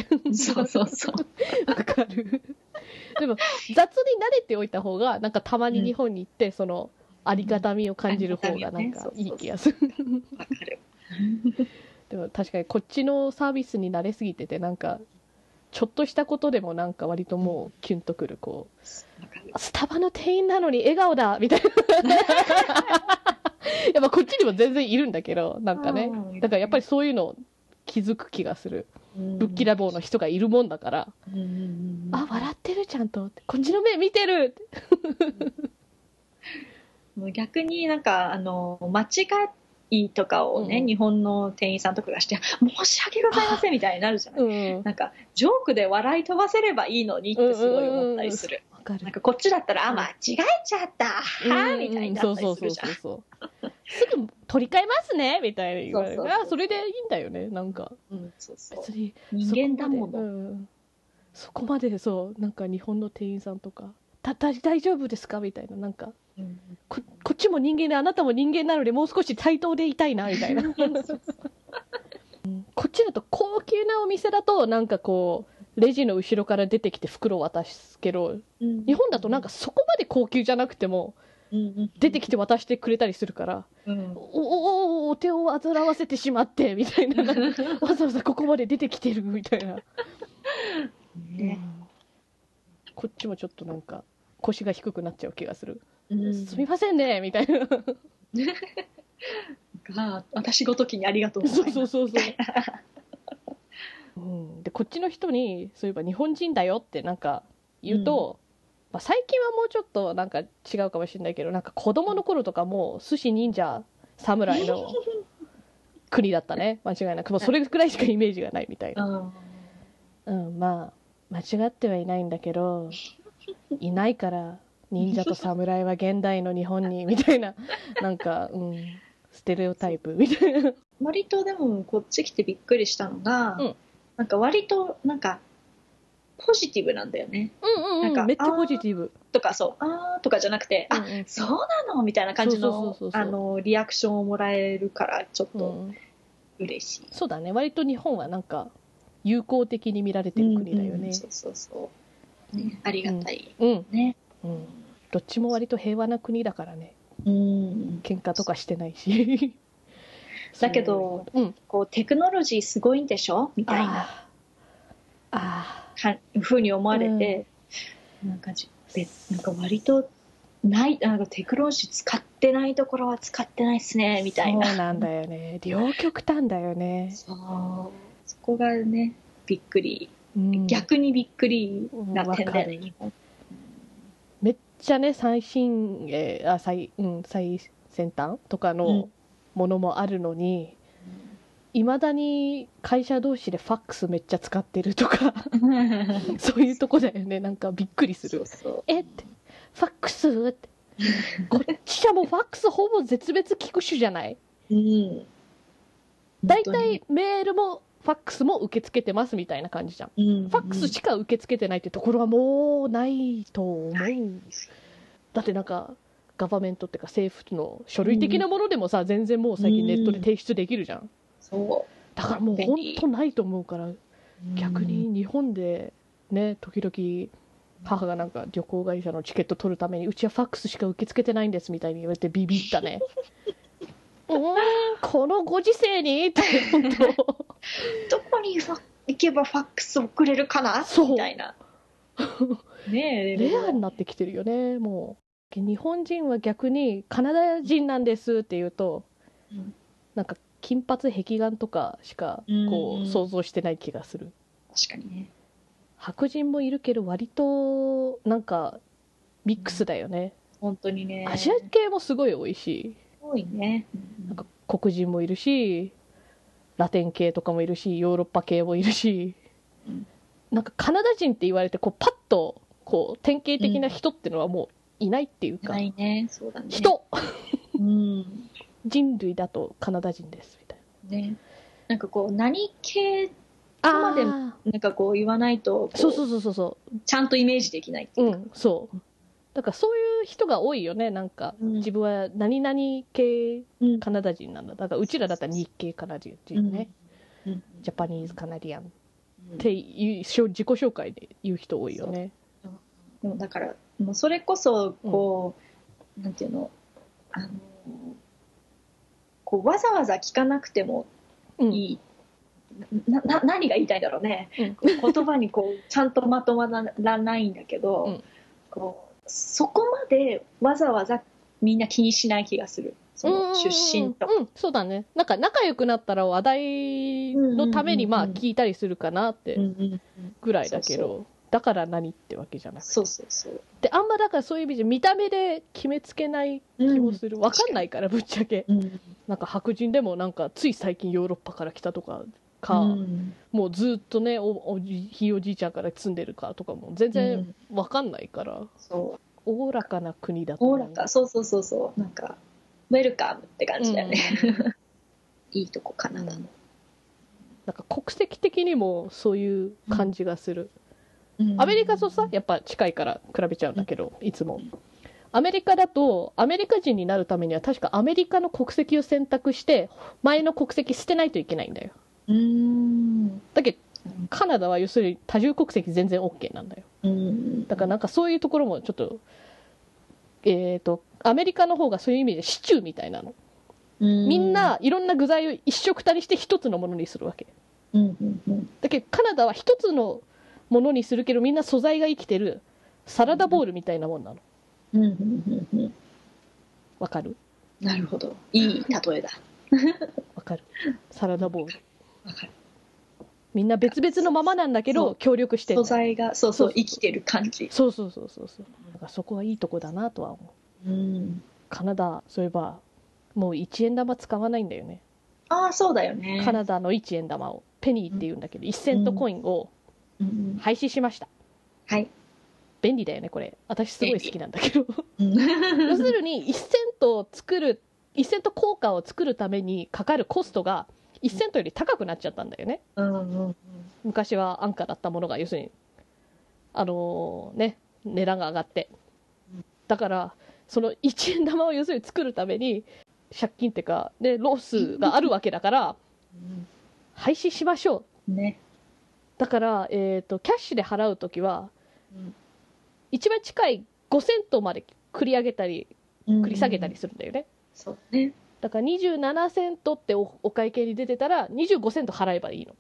わかる。でも雑に慣れておいた方がなんかたまに日本に行って、そのありがたみを感じる方がなんかいい気がする。 わかる。 でも確かにこっちのサービスに慣れすぎてて、なんかちょっとしたことでもなんか割ともうキュンとくる、こうスタバの店員なのに笑顔だみたいな。やっぱこっちにも全然いるんだけど、なんかね、だからやっぱりそういうの気づく気がする。ぶっきらぼうの人がいるもんだから、あ笑ってるちゃんとこっちの目見てるって逆になんか間違いとかをね、日本の店員さんとかがして申し訳ございませんみたいになるじゃない、なんかジョークで笑い飛ばせればいいのにってすごい思ったりする。なんかこっちだったら間違えちゃったはみたいになったりするじゃん。すぐ取り替えますねみたいな言われる。それでいいんだよね。なんか別に人間だもの、 そこまでそうなんか日本の店員さんとか大丈夫ですかみたいな、なんか、こっちも人間であなたも人間なのでもう少し対等でいたいなみたいな。こっちだと高級なお店だとなんかこうレジの後ろから出てきて袋を渡すけど、日本だとなんかそこまで高級じゃなくても出てきて渡してくれたりするから、お手を煩わせてしまってみたいな、わざわざここまで出てきてるみたいな、こっちもちょっとなんか腰が低くなっちゃう気がする。すみませんねみたいな。私ごときにありがとうございます。そうでこっちの人にそういえば日本人だよってなんか言うと、最近はもうちょっとなんか違うかもしれないけど、なんか子供の頃とかも寿司忍者侍の国だったね、間違いなく。もうそれくらいしかイメージがないみたいな。まあ間違ってはいないんだけど、いないから忍者と侍は現代の日本にみたいな、なんか、ステレオタイプみたいな。 割とでもこっち来てびっくりしたのが、なんか割となんかポジティブなんだよね。 なんかめっちゃポジティブとか、あーとかじゃなくて、そうなのみたいな感じのリアクションをもらえるからちょっと嬉しい。 そうだね、割と日本はなんか友好的に見られてる国だよね。 ありがたいね。どっちも割と平和な国だからね。喧嘩とかしてないし。 だけど、こうテクノロジーすごいんでしょみたいなふうに思われて、なんか割となんかテクノロジー使ってないところは使ってないっすねみたいな。 そうなんだよね、両極端だよね。 そこがねびっくり、逆にびっくりな点だよね、日本。 めっちゃね最先端とかのものもあるのに、いまだに会社同士でファックスめっちゃ使ってるとかそういうとこだよね。なんかびっくりする。ってファックスってこっちはもうファックスほぼ絶滅危惧種じゃない。だいたいメールもファックスも受け付けてますみたいな感じじゃん、 うんうん、 ファックスしか受け付けてないってところはもうないと思う、だってなんかガバメントっていうか政府の書類的なものでもさ、全然もう最近ネットで提出できるじゃん、 そうだからもう本当ないと思うから、逆に日本でね、時々母がなんか旅行会社のチケット取るためにうちはファックスしか受け付けてないんですみたいに言われてビビったねこのご時世にって本当どこに行けばファックス送れるかなみたいなねえレアになってきてるよね。もう日本人は逆にカナダ人なんですって言うと、うん、なんか金髪壁眼とかしかこう想像してない気がする。 確かにね。 白人もいるけど割となんかミックスだよね、 本当にね。 アジア系もすごい多いし、 多いね、 なんか黒人もいるしラテン系とかもいるしヨーロッパ系もいるし、なんかカナダ人って言われてこうパッとこう典型的な人ってのはもういないっていうか、 ないね、そうだね、 人、人類だとカナダ人ですみたいな、 ね、なんかこう何系とまでなんかこう言わないとそうちゃんとイメージできないっていうか、そうだからそういう人が多いよね。なんか、自分は何々系カナダ人なんだ、だからうちらだったら日系カナダ人ね、ジャパニーズカナディアンっていう自己紹介で言う人多いよね。 でもだからもうそれこそこう、なんていうの、こうわざわざ聞かなくてもいい、何が言いたいんだろうね、言葉にこうちゃんとまとまらないんだけど、こうそこまでわざわざみんな気にしない気がする、その出身と、 そうだね。なんか仲良くなったら話題のためにまあ聞いたりするかなってぐらいだけど、だから何ってわけじゃなくて、であんまだからそういう意味で見た目で決めつけない気もする、わかんないからぶっちゃけ、なんか白人でもなんかつい最近ヨーロッパから来たとかもうずっとねひいおじいちゃんから住んでるかとかも全然わかんないから、おおらかな国だと思う。 おおらか、そうなんかウェルカムって感じだよね、いいとこカナダの、 なんか国籍的にもそういう感じがする、アメリカとさやっぱ近いから比べちゃうんだけど、いつもアメリカだとアメリカ人になるためには確かアメリカの国籍を選択して前の国籍捨てないといけないんだよ。だけどカナダは要するに多重国籍全然 OK なんだよ。だからなんかそういうところもちょっとアメリカの方がそういう意味でシチューみたいなの、みんないろんな具材を一緒くたにして一つのものにするわけ、だけどカナダは一つのものにするけどみんな素材が生きてるサラダボウルみたいなもんなの。わかる？ なるほど、いい例えだ。 わかる？サラダボウル。わかる。みんな別々のままなんだけど協力してる。 素材が生きてる感じ。 そう。だからそこはいいとこだなとは思う。カナダそういえばもう1円玉使わないんだよね。 ああそうだよね。 カナダの1円玉をペニーって言うんだけど、1セントコインを廃止しました。はい。便利だよねこれ。私すごい好きなんだけど。要するに1セント硬貨を作るためにかかるコストが1セントより高くなっちゃったんだよね。昔は安価だったものが要するに値段が上がって、だからその1円玉を要するに作るために借金っていうか、ね、ロスがあるわけだから廃止しましょう、ね、だから、キャッシュで払うときは、一番近い5セントまで繰り上げたり繰り下げたりするんだよね、そうね。だから27セントってお会計に出てたら25セント払えばいいの。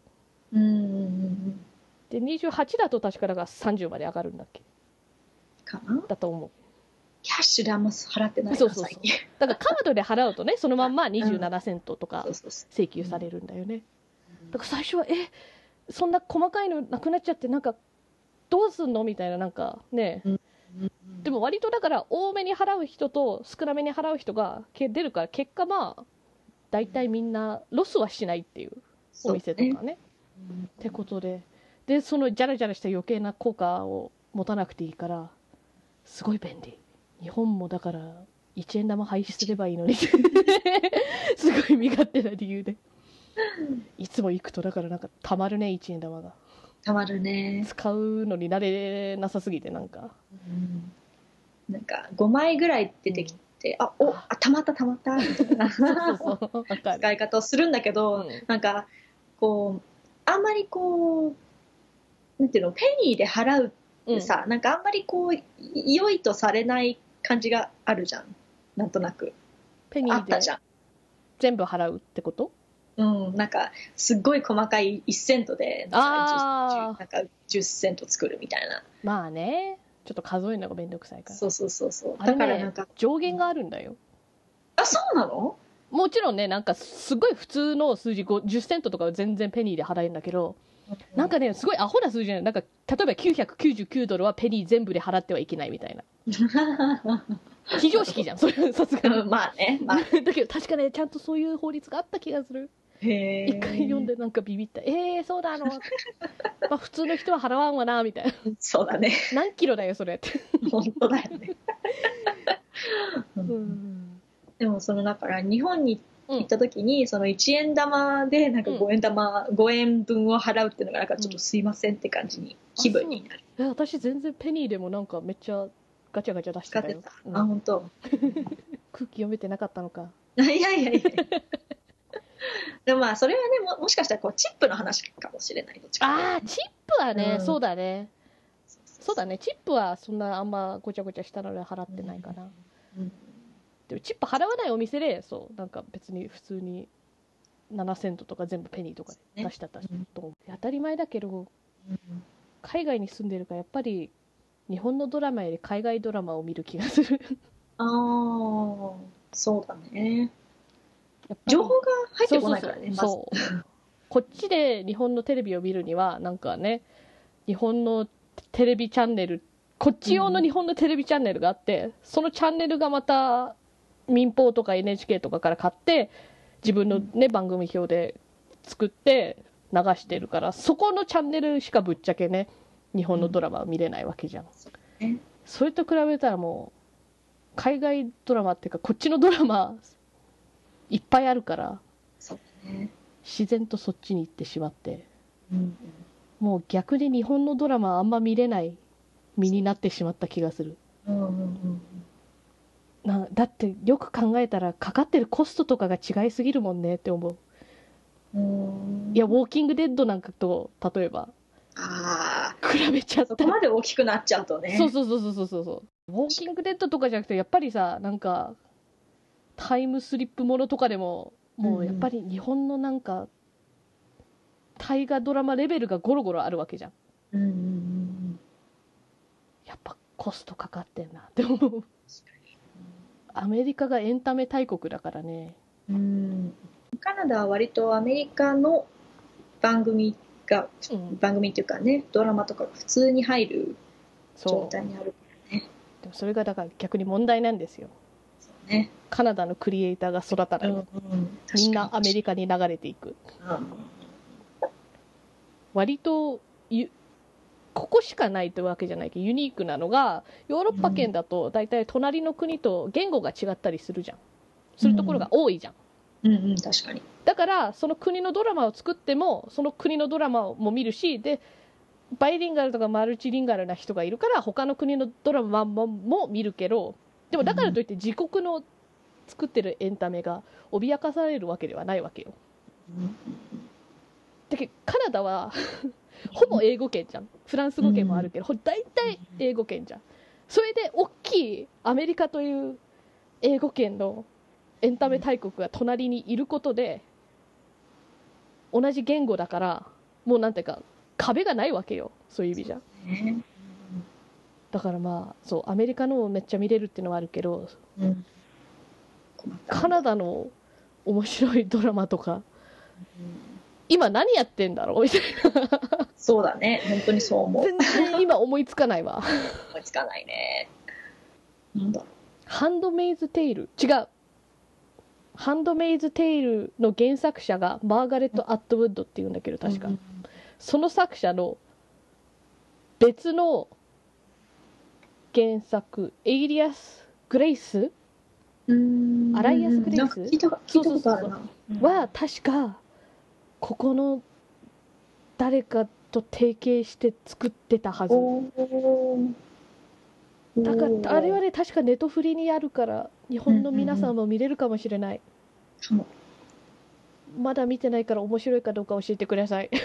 で28だと確かだから30まで上がるんだっけかなだと思う。 キャッシュであんま払ってないから、最近。 だからカードで払うとねそのまんま27セントとか請求されるんだよね。だから最初はそんな細かいのなくなっちゃってなんかどうすんのみたいな、なんかね、でも割とだから多めに払う人と少なめに払う人が出るから結果まあ大体みんなロスはしないっていうお店とかね。ってことでそのジャラジャラした余計な効果を持たなくていいからすごい便利。日本もだから1円玉廃止すればいいのにすごい身勝手な理由でいつも行くとだからなんかたまるね、1円玉が。 たまるね。 使うのに慣れなさすぎてなんか、 なんか5枚ぐらい出てきて、たまったたまったみたいなそうわかる。 使い方をするんだけど、なんかこうあんまりこうなんていうの、ペニーで払うってさ、なんかあんまりこう良いとされない感じがあるじゃん、なんとなく。 ペニーであったじゃん。 全部払うってこと？ なんかすっごい細かい1セントでなんか10セント作るみたいな。 まあね、ちょっと数えるのがめんどくさいから。 そう。 だからなんか上限があるんだよ。 あ、そうなの？ もちろんね、なんかすごい普通の数字10セントとかは全然ペニーで払えるんだけど、なんかね、すごいアホな数字じゃない。なんか例えば$999はペニー全部で払ってはいけないみたいな。非常識じゃん、それはさすがに。 まあね、 だけど確かね、ちゃんとそういう法律があった気がする。一回読んでなんかビビった。そうなの。まあ普通の人は払わんわなみたいな。 そうだね。 何キロだよそれって。 本当だよね。でもだから日本に行った時に、その1円玉でなんか5円分を払うっていうのがなんかちょっとすいませんって感じに、気分になる。 私全然ペニーでもなんかめっちゃガチャガチャ出してたよ。 本当。 空気読めてなかったのか。 いやでもまあそれはね、もしかしたらこうチップの話かもしれない。 チップはね、そうだね、チップはそんなあんまごちゃごちゃしたので払ってないかな。でもチップ払わないお店でそうなんか別に普通に7セントとか全部ペニーとかで出したと思う。当たり前だけど、海外に住んでるからやっぱり日本のドラマより海外ドラマを見る気がする。 そうだね。情報が入ってこないからね。 そうこっちで日本のテレビを見るにはなんかね、日本のテレビチャンネル、こっち用の日本のテレビチャンネルがあって、そのチャンネルがまた民放とか NHK とかから買って自分のね、番組表で作って流してるから、そこのチャンネルしかぶっちゃけね日本のドラマは見れないわけじゃん。それと比べたらもう海外ドラマっていうかこっちのドラマいっぱいあるから、自然とそっちに行ってしまって、もう逆に日本のドラマあんま見れない身になってしまった気がする。だってよく考えたらかかってるコストとかが違いすぎるもんねって思う。いやウォーキングデッドなんかと例えば比べちゃったらそこまで大きくなっちゃうとね。 そうウォーキングデッドとかじゃなくてやっぱりさ、なんかタイムスリップものとかでももうやっぱり日本のなんか大河ドラマレベルがゴロゴロあるわけじゃん。やっぱコストかかってんなって思う。アメリカがエンタメ大国だからね。 カナダは割とアメリカの番組っていうかね、ドラマとかが普通に入る状態にあるからね。 でもそれがだから逆に問題なんですよ。カナダのクリエイターが育たない、みんなアメリカに流れていく。割とここしかないというわけじゃないけどユニークなのが、ヨーロッパ圏だと大体隣の国と言語が違ったりするじゃん。するところが多いじゃん。 確かに。 だからその国のドラマを作ってもその国のドラマも見るし、でバイリンガルとかマルチリンガルな人がいるから他の国のドラマも見るけど、でもだからといって自国の作ってるエンタメが脅かされるわけではないわけよ。だけどカナダはほぼ英語圏じゃん。フランス語圏もあるけど、大体英語圏じゃん。それで大きいアメリカという英語圏のエンタメ大国が隣にいることで、同じ言語だからもうなんていうか壁がないわけよ、そういう意味じゃ。だからまあそうアメリカのをめっちゃ見れるっていうのはあるけど、カナダの面白いドラマとか、今何やってんだろうみたいな。 そうだね、本当にそう思う。 全然今思いつかないわ。 思いつかないね。なんだろう。 ハンドメイズテイル、違う。ハンドメイズテイルの原作者がマーガレット・アットウッドっていうんだけど、確か、その作者の別の原作、エイリアス・グレイス、アライアス・グレイス、 聞いたことあるな。 は確かここの誰かと提携して作ってたはず。だからあれはね、確かネトフリにあるから日本の皆さんも見れるかもしれない。まだ見てないから面白いかどうか教えてください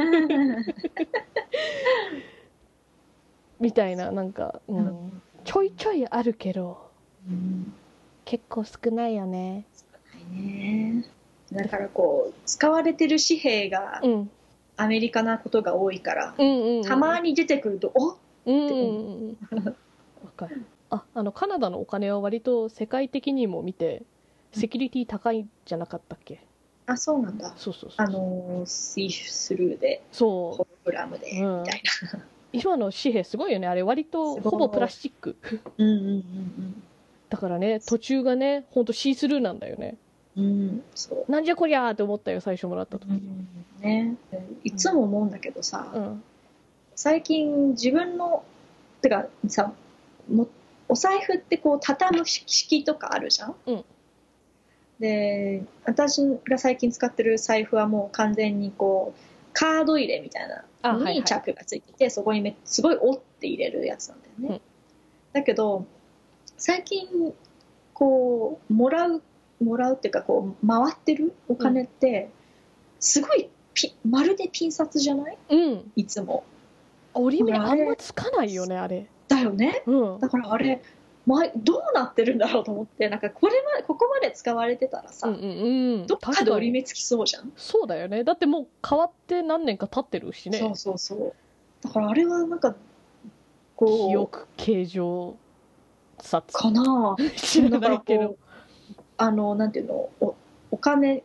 みたいな、なんか、ちょいちょいあるけど、結構少ないよね。 少ないね。だからこう使われてる紙幣がアメリカなことが多いから、たまに出てくるとおっって思う。 わかる。カナダのお金は割と世界的にも見てセキュリティ高いじゃなかったっけ？ あ、そうなんだ。 そう。 シースルーで、ホログラムで、みたいな。 今の紙幣すごいよね。あれ割とほぼプラスチック。だからね、途中がね、ほんとシースルーなんだよね。なんじゃこりゃーって思ったよ、最初もらった時。 ね、いつも思うんだけどさ、最近自分のてかさ、お財布ってこう畳む式とかあるじゃん。で、私が最近使ってる財布はもう完全にこうカード入れみたいなのにチャックがついてて、そこにすごい折って入れるやつなんだよね。だけど最近こうもらうっていうかこう回ってるお金ってすごいまるでピン札じゃない？いつも折り目あんまつかないよね、あれ。 だよね。だからあれどうなってるんだろうと思って、なんかここまで使われてたらさ、どっかで折り目つきそうじゃん。 そうだよね。だってもう変わって何年か経ってるしね。 そうだからあれはなんかこう記憶形状札かな知らないけど、 なんていうの、お金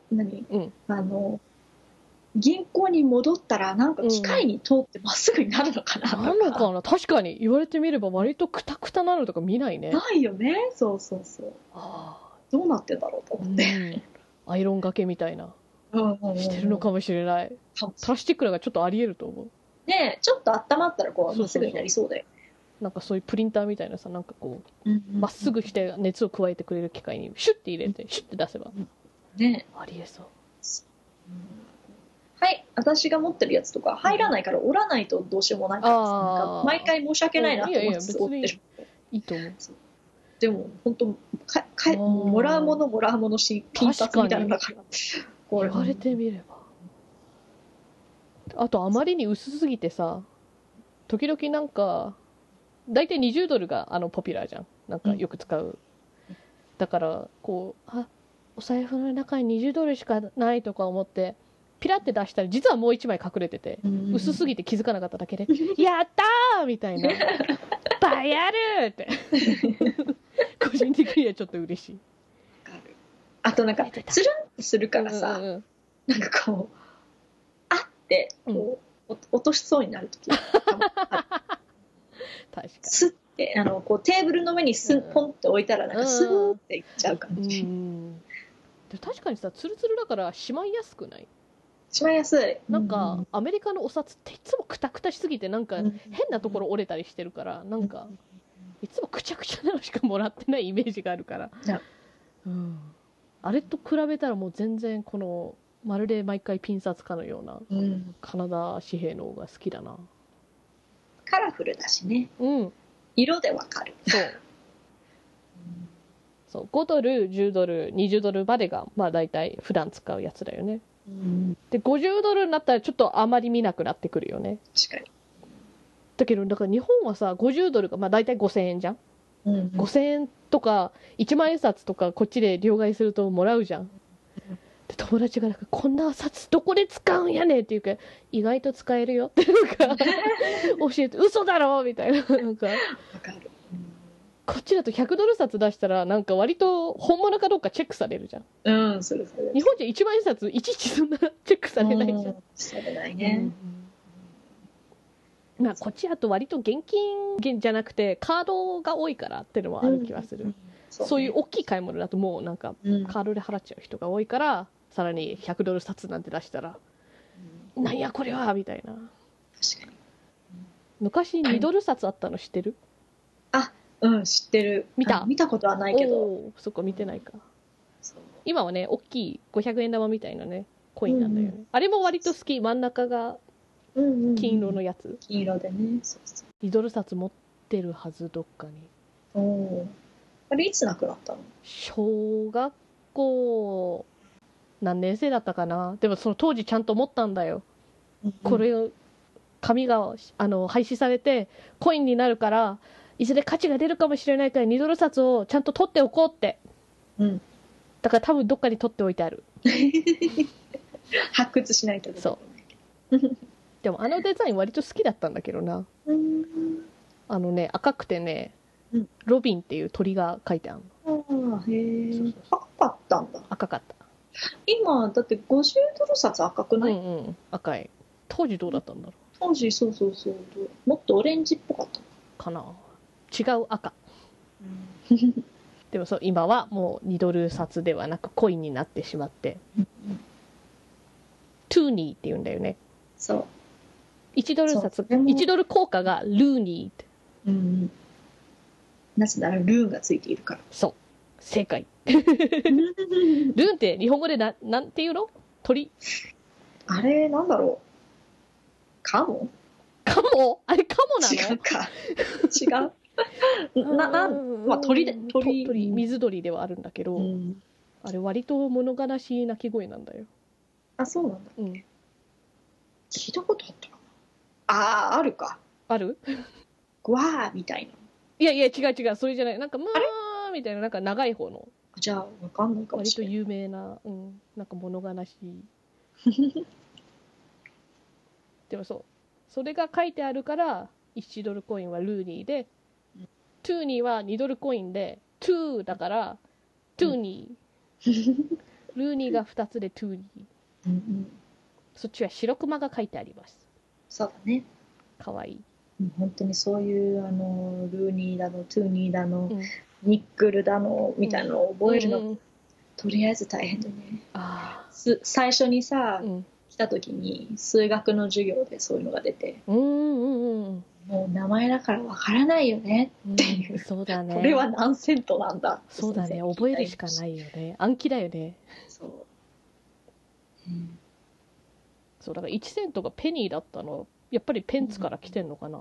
銀行に戻ったらなんか機械に通ってまっすぐになるのかな、 なのかな。確かに言われてみれば割とクタクタなのとか見ないね。 ないよね。そうどうなってんだろうと思って、 アイロンがけみたいなしてるのかもしれない。プラスチックのがちょっとありえると思うね。ちょっと温まったらこうまっすぐになりそうだよ。 なんかそういうプリンターみたいなさ、なんかこうまっすぐして熱を加えてくれる機械にシュッて入れてシュッて出せばね、ありえそう。 はい、私が持ってるやつとか入らないから折らないとどうしようもないからさ、なんか毎回申し訳ないなと思って折ってる。 いいと思う。 でも本当もらうものしピン札みたいなのだから言われてみれば。あとあまりに薄すぎてさ、時々なんか大体20ドルがポピュラーじゃん、なんかよく使う、だからこうお財布の中に20ドルしかないとか思ってピラって出したら実はもう1枚隠れてて、薄すぎて気づかなかっただけでやったーみたいなバイあるって個人的にはちょっと嬉しい。 あとなんかつるんってするからさ、なんかこうあってこう、落としそうになるとき確かにスッてこうテーブルの上にポンって置いたらなんかスーっていっちゃう感じ。 で確かにさ、ツルツルだからしまいやすくない？ しまいやすい。 なんかアメリカのお札っていつもクタクタしすぎてなんか変なところ折れたりしてるから、なんかいつもくちゃくちゃなのしかもらってないイメージがあるから、あれと比べたらもう全然このまるで毎回ピン札かのようなカナダ紙幣の方が好きだな。 カラフルだしね、色でわかる。 そう5ドル10ドル20ドルまでがまあ大体普段使うやつだよね。で50ドルになったらちょっとあまり見なくなってくるよね。 確かに。 だけどだから日本はさ50ドルがまあ大体5000円じゃん、5000円とか1万円札とかこっちで両替するともらうじゃん。で友達がなんかこんな札どこで使うんやねんっていうか、意外と使えるよってなんか教えて、嘘だろみたいな、なんかこっちだと100ドル札出したらなんか割と本物かどうかチェックされるじゃん。 それ日本じゃ1万円札いちいちそんなチェックされないじゃん。 されないね。 まあこっちだと割と現金じゃなくてカードが多いからっていうのもある気はする。そういう大きい買い物だともうなんかカードで払っちゃう人が多いから、さらに100ドル札なんて出したら、なんやこれはみたいな。 確かに。 昔2ドル札あったの知ってる？ 知ってる。見たことはないけど。 そっか見てないか。今はね大きい500円玉みたいなねコインなんだよね、あれも割と好き。真ん中が金色のやつ、 黄色でね。そうそう。 2ドル札持ってるはず、どっかに。 あれいつ亡くなったの？ 小学校何年生だったかな。でもその当時ちゃんと思ったんだよ、これ紙が廃止されてコインになるからいずれ価値が出るかもしれないから2ドル札をちゃんと取っておこうって、だから多分どっかに取っておいてある発掘しないと。 そうでもデザイン割と好きだったんだけどな。赤くてね、ロビンっていう鳥が書いてあるの。 へえ。赤かったんだ。 赤かった。 今だって50ドル札赤くない？ 赤い。当時どうだったんだろう。 当時そうもっとオレンジっぽかったかな。違う赤、でもそう、今はもう2ドル札ではなくコインになってしまって、トゥーニーって言うんだよね。 そう 1ドル札、1ドル硬貨がルーニーって。 なぜならルーンがついているから。 そう、正解ルーンって日本語でなんていうの？鳥？あれなんだろう。カモ？ カモ？あれカモなの？ 違うか。違う。まあ鳥で、 水鳥ではあるんだけど、あれ割と物悲しい鳴き声なんだよ。 あ、そうなんだ。聞いたことあったかな。あるか。 ある？ グワーみたいな。 いや違う、それじゃない。なんかムーみたいな、なんか長い方の。 じゃあわかんないかもしれない。 割と有名な、なんか物悲しいでもそれが書いてあるから1ドルコインはルーニーで、トゥーニーは2ドルコインでトゥーだからトゥーニー、ルーニーが2つでトゥーニー、そっちは白クマが書いてあります。 そうだね。 かわいい。 本当にそういうルーニーだのトゥーニーだの、ニックルだのみたいなのを覚えるの、とりあえず大変でね。最初にさ、来た時に数学の授業でそういうのが出て、もう名前だからわからないよねっていう、 そうだね、 これは何セントなんだ。 そうだね、覚えるしかないよね。暗記だよね。 そう、 そうだから1セントがペニーだったの、やっぱりペンツから来てんのかな。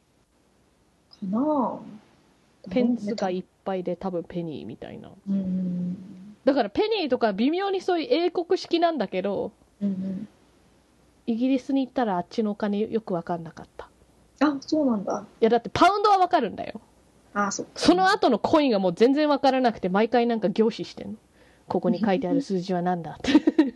ペンツがいっぱいで多分ペニーみたいな。だからペニーとか微妙にそういう英国式なんだけど、イギリスに行ったらあっちのお金よく分かんなかった。 あ、そうなんだ。 いやだってパウンドは分かるんだよ。その後のコインがもう全然分からなくて、毎回なんか凝視してんの。ここに書いてある数字はなんだって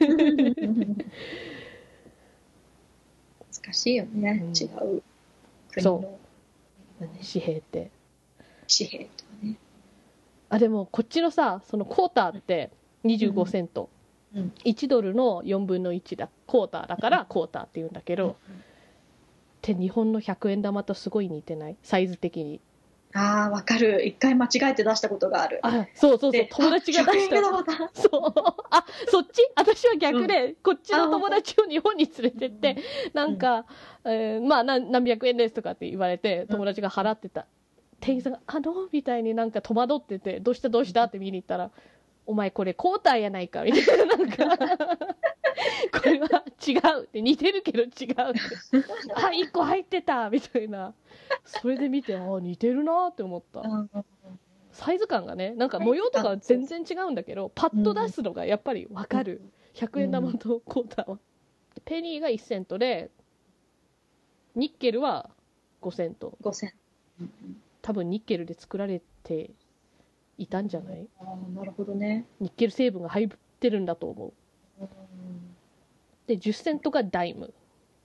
難しいよね、違う国の紙幣って。 紙幣とかね。 でもこっちのさ、そのクォーターって25セント、1ドルの4分の1だ、クォーターだからクォーターって言うんだけど、って日本の100円玉とすごい似てない？サイズ的に。 わかる。一回間違えて出したことがある。 そう友達が出した。そっち？私は逆で、こっちの友達を日本に連れてって、なんか、まあ何百円ですとかって言われて、友達が払ってた。店員さんがみたいになんか戸惑ってて、どうしたって見に行ったら、お前これクォーターやないかみたいな、なんかこれは違うって、似てるけど違うって1個入ってたみたいな。それで見て似てるなって思った。サイズ感がね、なんか模様とかは全然違うんだけど、パッと出すのがやっぱり分かる。100円玉とクォーターは。ペニーが1セントで、ニッケルは5セント。多分ニッケルで作られていたんじゃない？ なるほどね。 ニッケル成分が入ってるんだと思う。で10セントがダイム。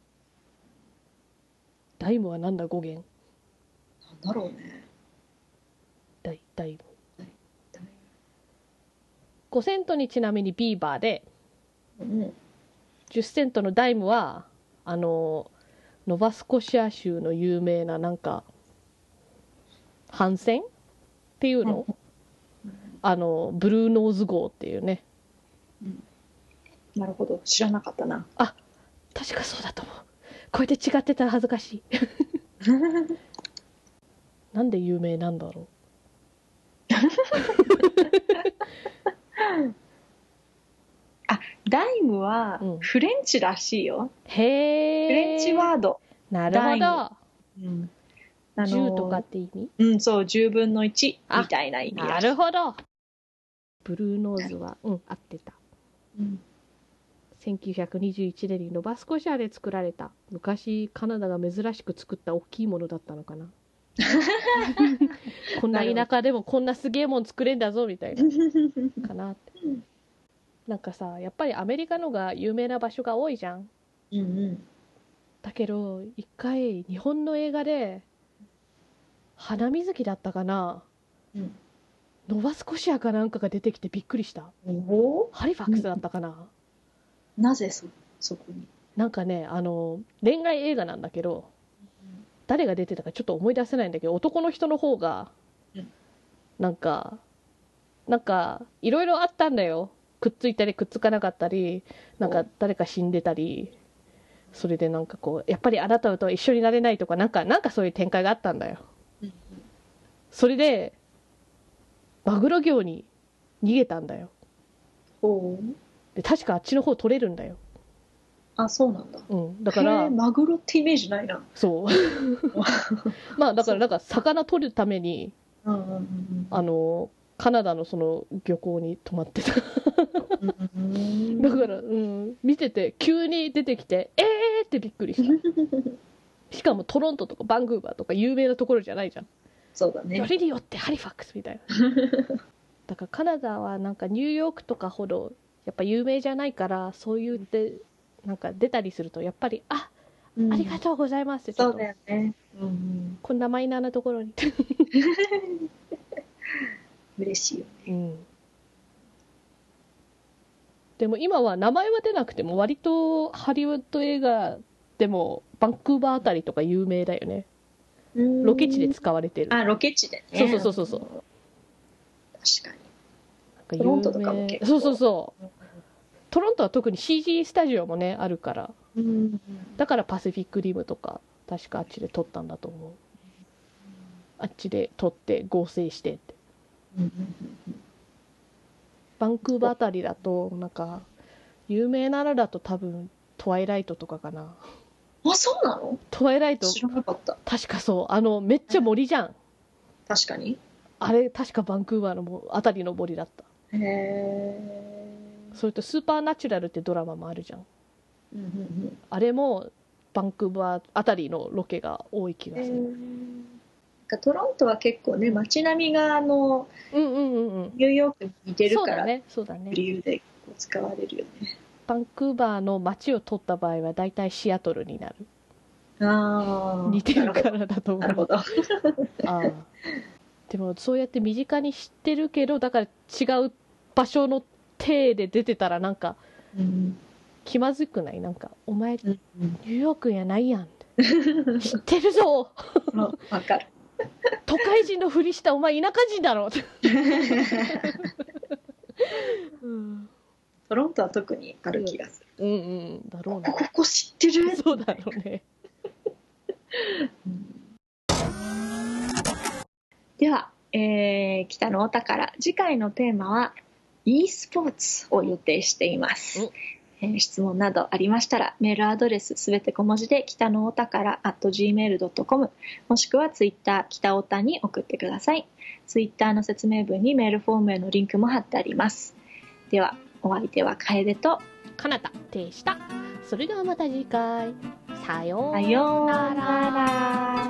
ダイムはなんだ、語源。 なんだろうね。 ダイム。5セントにちなみにビーバーで、10セントのダイムはノバスコシア州の有名ななんか帆船っていうの、ブルーノーズ号っていうね、 なるほど、知らなかったな。 確かそうだと思う。これで違ってたら恥ずかしいなんで有名なんだろうダイムははうんフレンチらしいよ。 へえ。 フレンチワード。 なるほど。 うん 10とかって意味？ うん、そう、10分の1みたいな意味ならしい。 るほど。ブルーノーズは、合ってた。 うん 1921年にノバスコシアで作られた。昔カナダが珍しく作った大きいものだったのかな。こんな田舎でもこんなすげえもん作れんだぞみたいなかなって。なんかさ、やっぱりアメリカのが有名な場所が多いじゃん。 うんうんだけど一回日本の映画で花水木だったかな、 うんノバスコシアかなんかが出てきてびっくりした。 おハリファクスだったかな、 なぜそこに。 なんかね、恋愛映画なんだけど、誰が出てたかちょっと思い出せないんだけど、男の人の方がうんなんかいろいろあったんだよ。くっついたりくっつかなかったり、なんか誰か死んでたり、それでなんかこうやっぱりあなたと一緒になれないとか、なんかそういう展開があったんだよ。 うんそれでマグロ漁に逃げたんだよ。 ほう。 で確かあっちの方取れるんだよ。 あ、そうなんだ。 だからマグロってイメージないな。 そうまあだからなんか魚取るためにうんうんうんカナダのその漁港に泊まってたうんだから、見てて急に出てきてってびっくりしたしかもトロントとかバンクーバーとか有名なところじゃないじゃん。 そうだね。 よりによってハリファクスみたいなだからカナダはなんかニューヨークとかほどやっぱ有名じゃないから、そう言ってなんか出たりするとやっぱりありがとうございますってちょっと、 そうだよね。 こんなマイナーなところに嬉しいよね。 でも今は名前は出なくても割とハリウッド映画でもバンクーバーあたりとか有名だよね。ロケ地で使われてる。 あ、ロケ地でね。 そう。 確かに。トロントとかも結構。 そう。トロントは特に CG スタジオもねあるから、だからパシフィックリムとか確かあっちで撮ったんだと思う。あっちで撮って合成してって。バンクーバーあたりだとなんか有名なのだと多分トワイライトとかかな。 あ、そうなの？ トワイライト知らなかった。 確かそうめっちゃ森じゃん。 確かに。 あれ確かバンクーバーのあたりの森だった。 へえ。 それとスーパーナチュラルってドラマもあるじゃん。あれもバンクーバーあたりのロケが多い気がする。 トロントは結構ね、街並みがニューヨークに似てるからそうだね理由で使われるよね。 バンクーバーの街を取った場合はだいたいシアトルになる。似てるからだと思う。 なるほどでもそうやって身近に知ってるけど、だから違う場所の体で出てたらなんか気まずくない？なんかお前ニューヨークやないやんって知ってるぞわかる。 都会人のふりしたお前田舎人だろトロントは特にある気がする。だろうね。 ここ知ってる？ そうだろうね。 では、北のお宝、次回のテーマは e スポーツを予定しています。質問などありましたらメールアドレスすべて小文字で北のお宝 @gmail.com もしくはツイッター北おたに送ってください。ツイッターの説明文にメールフォームへのリンクも貼ってあります。ではお相手は楓とかなたでした。それではまた次回。さようなら。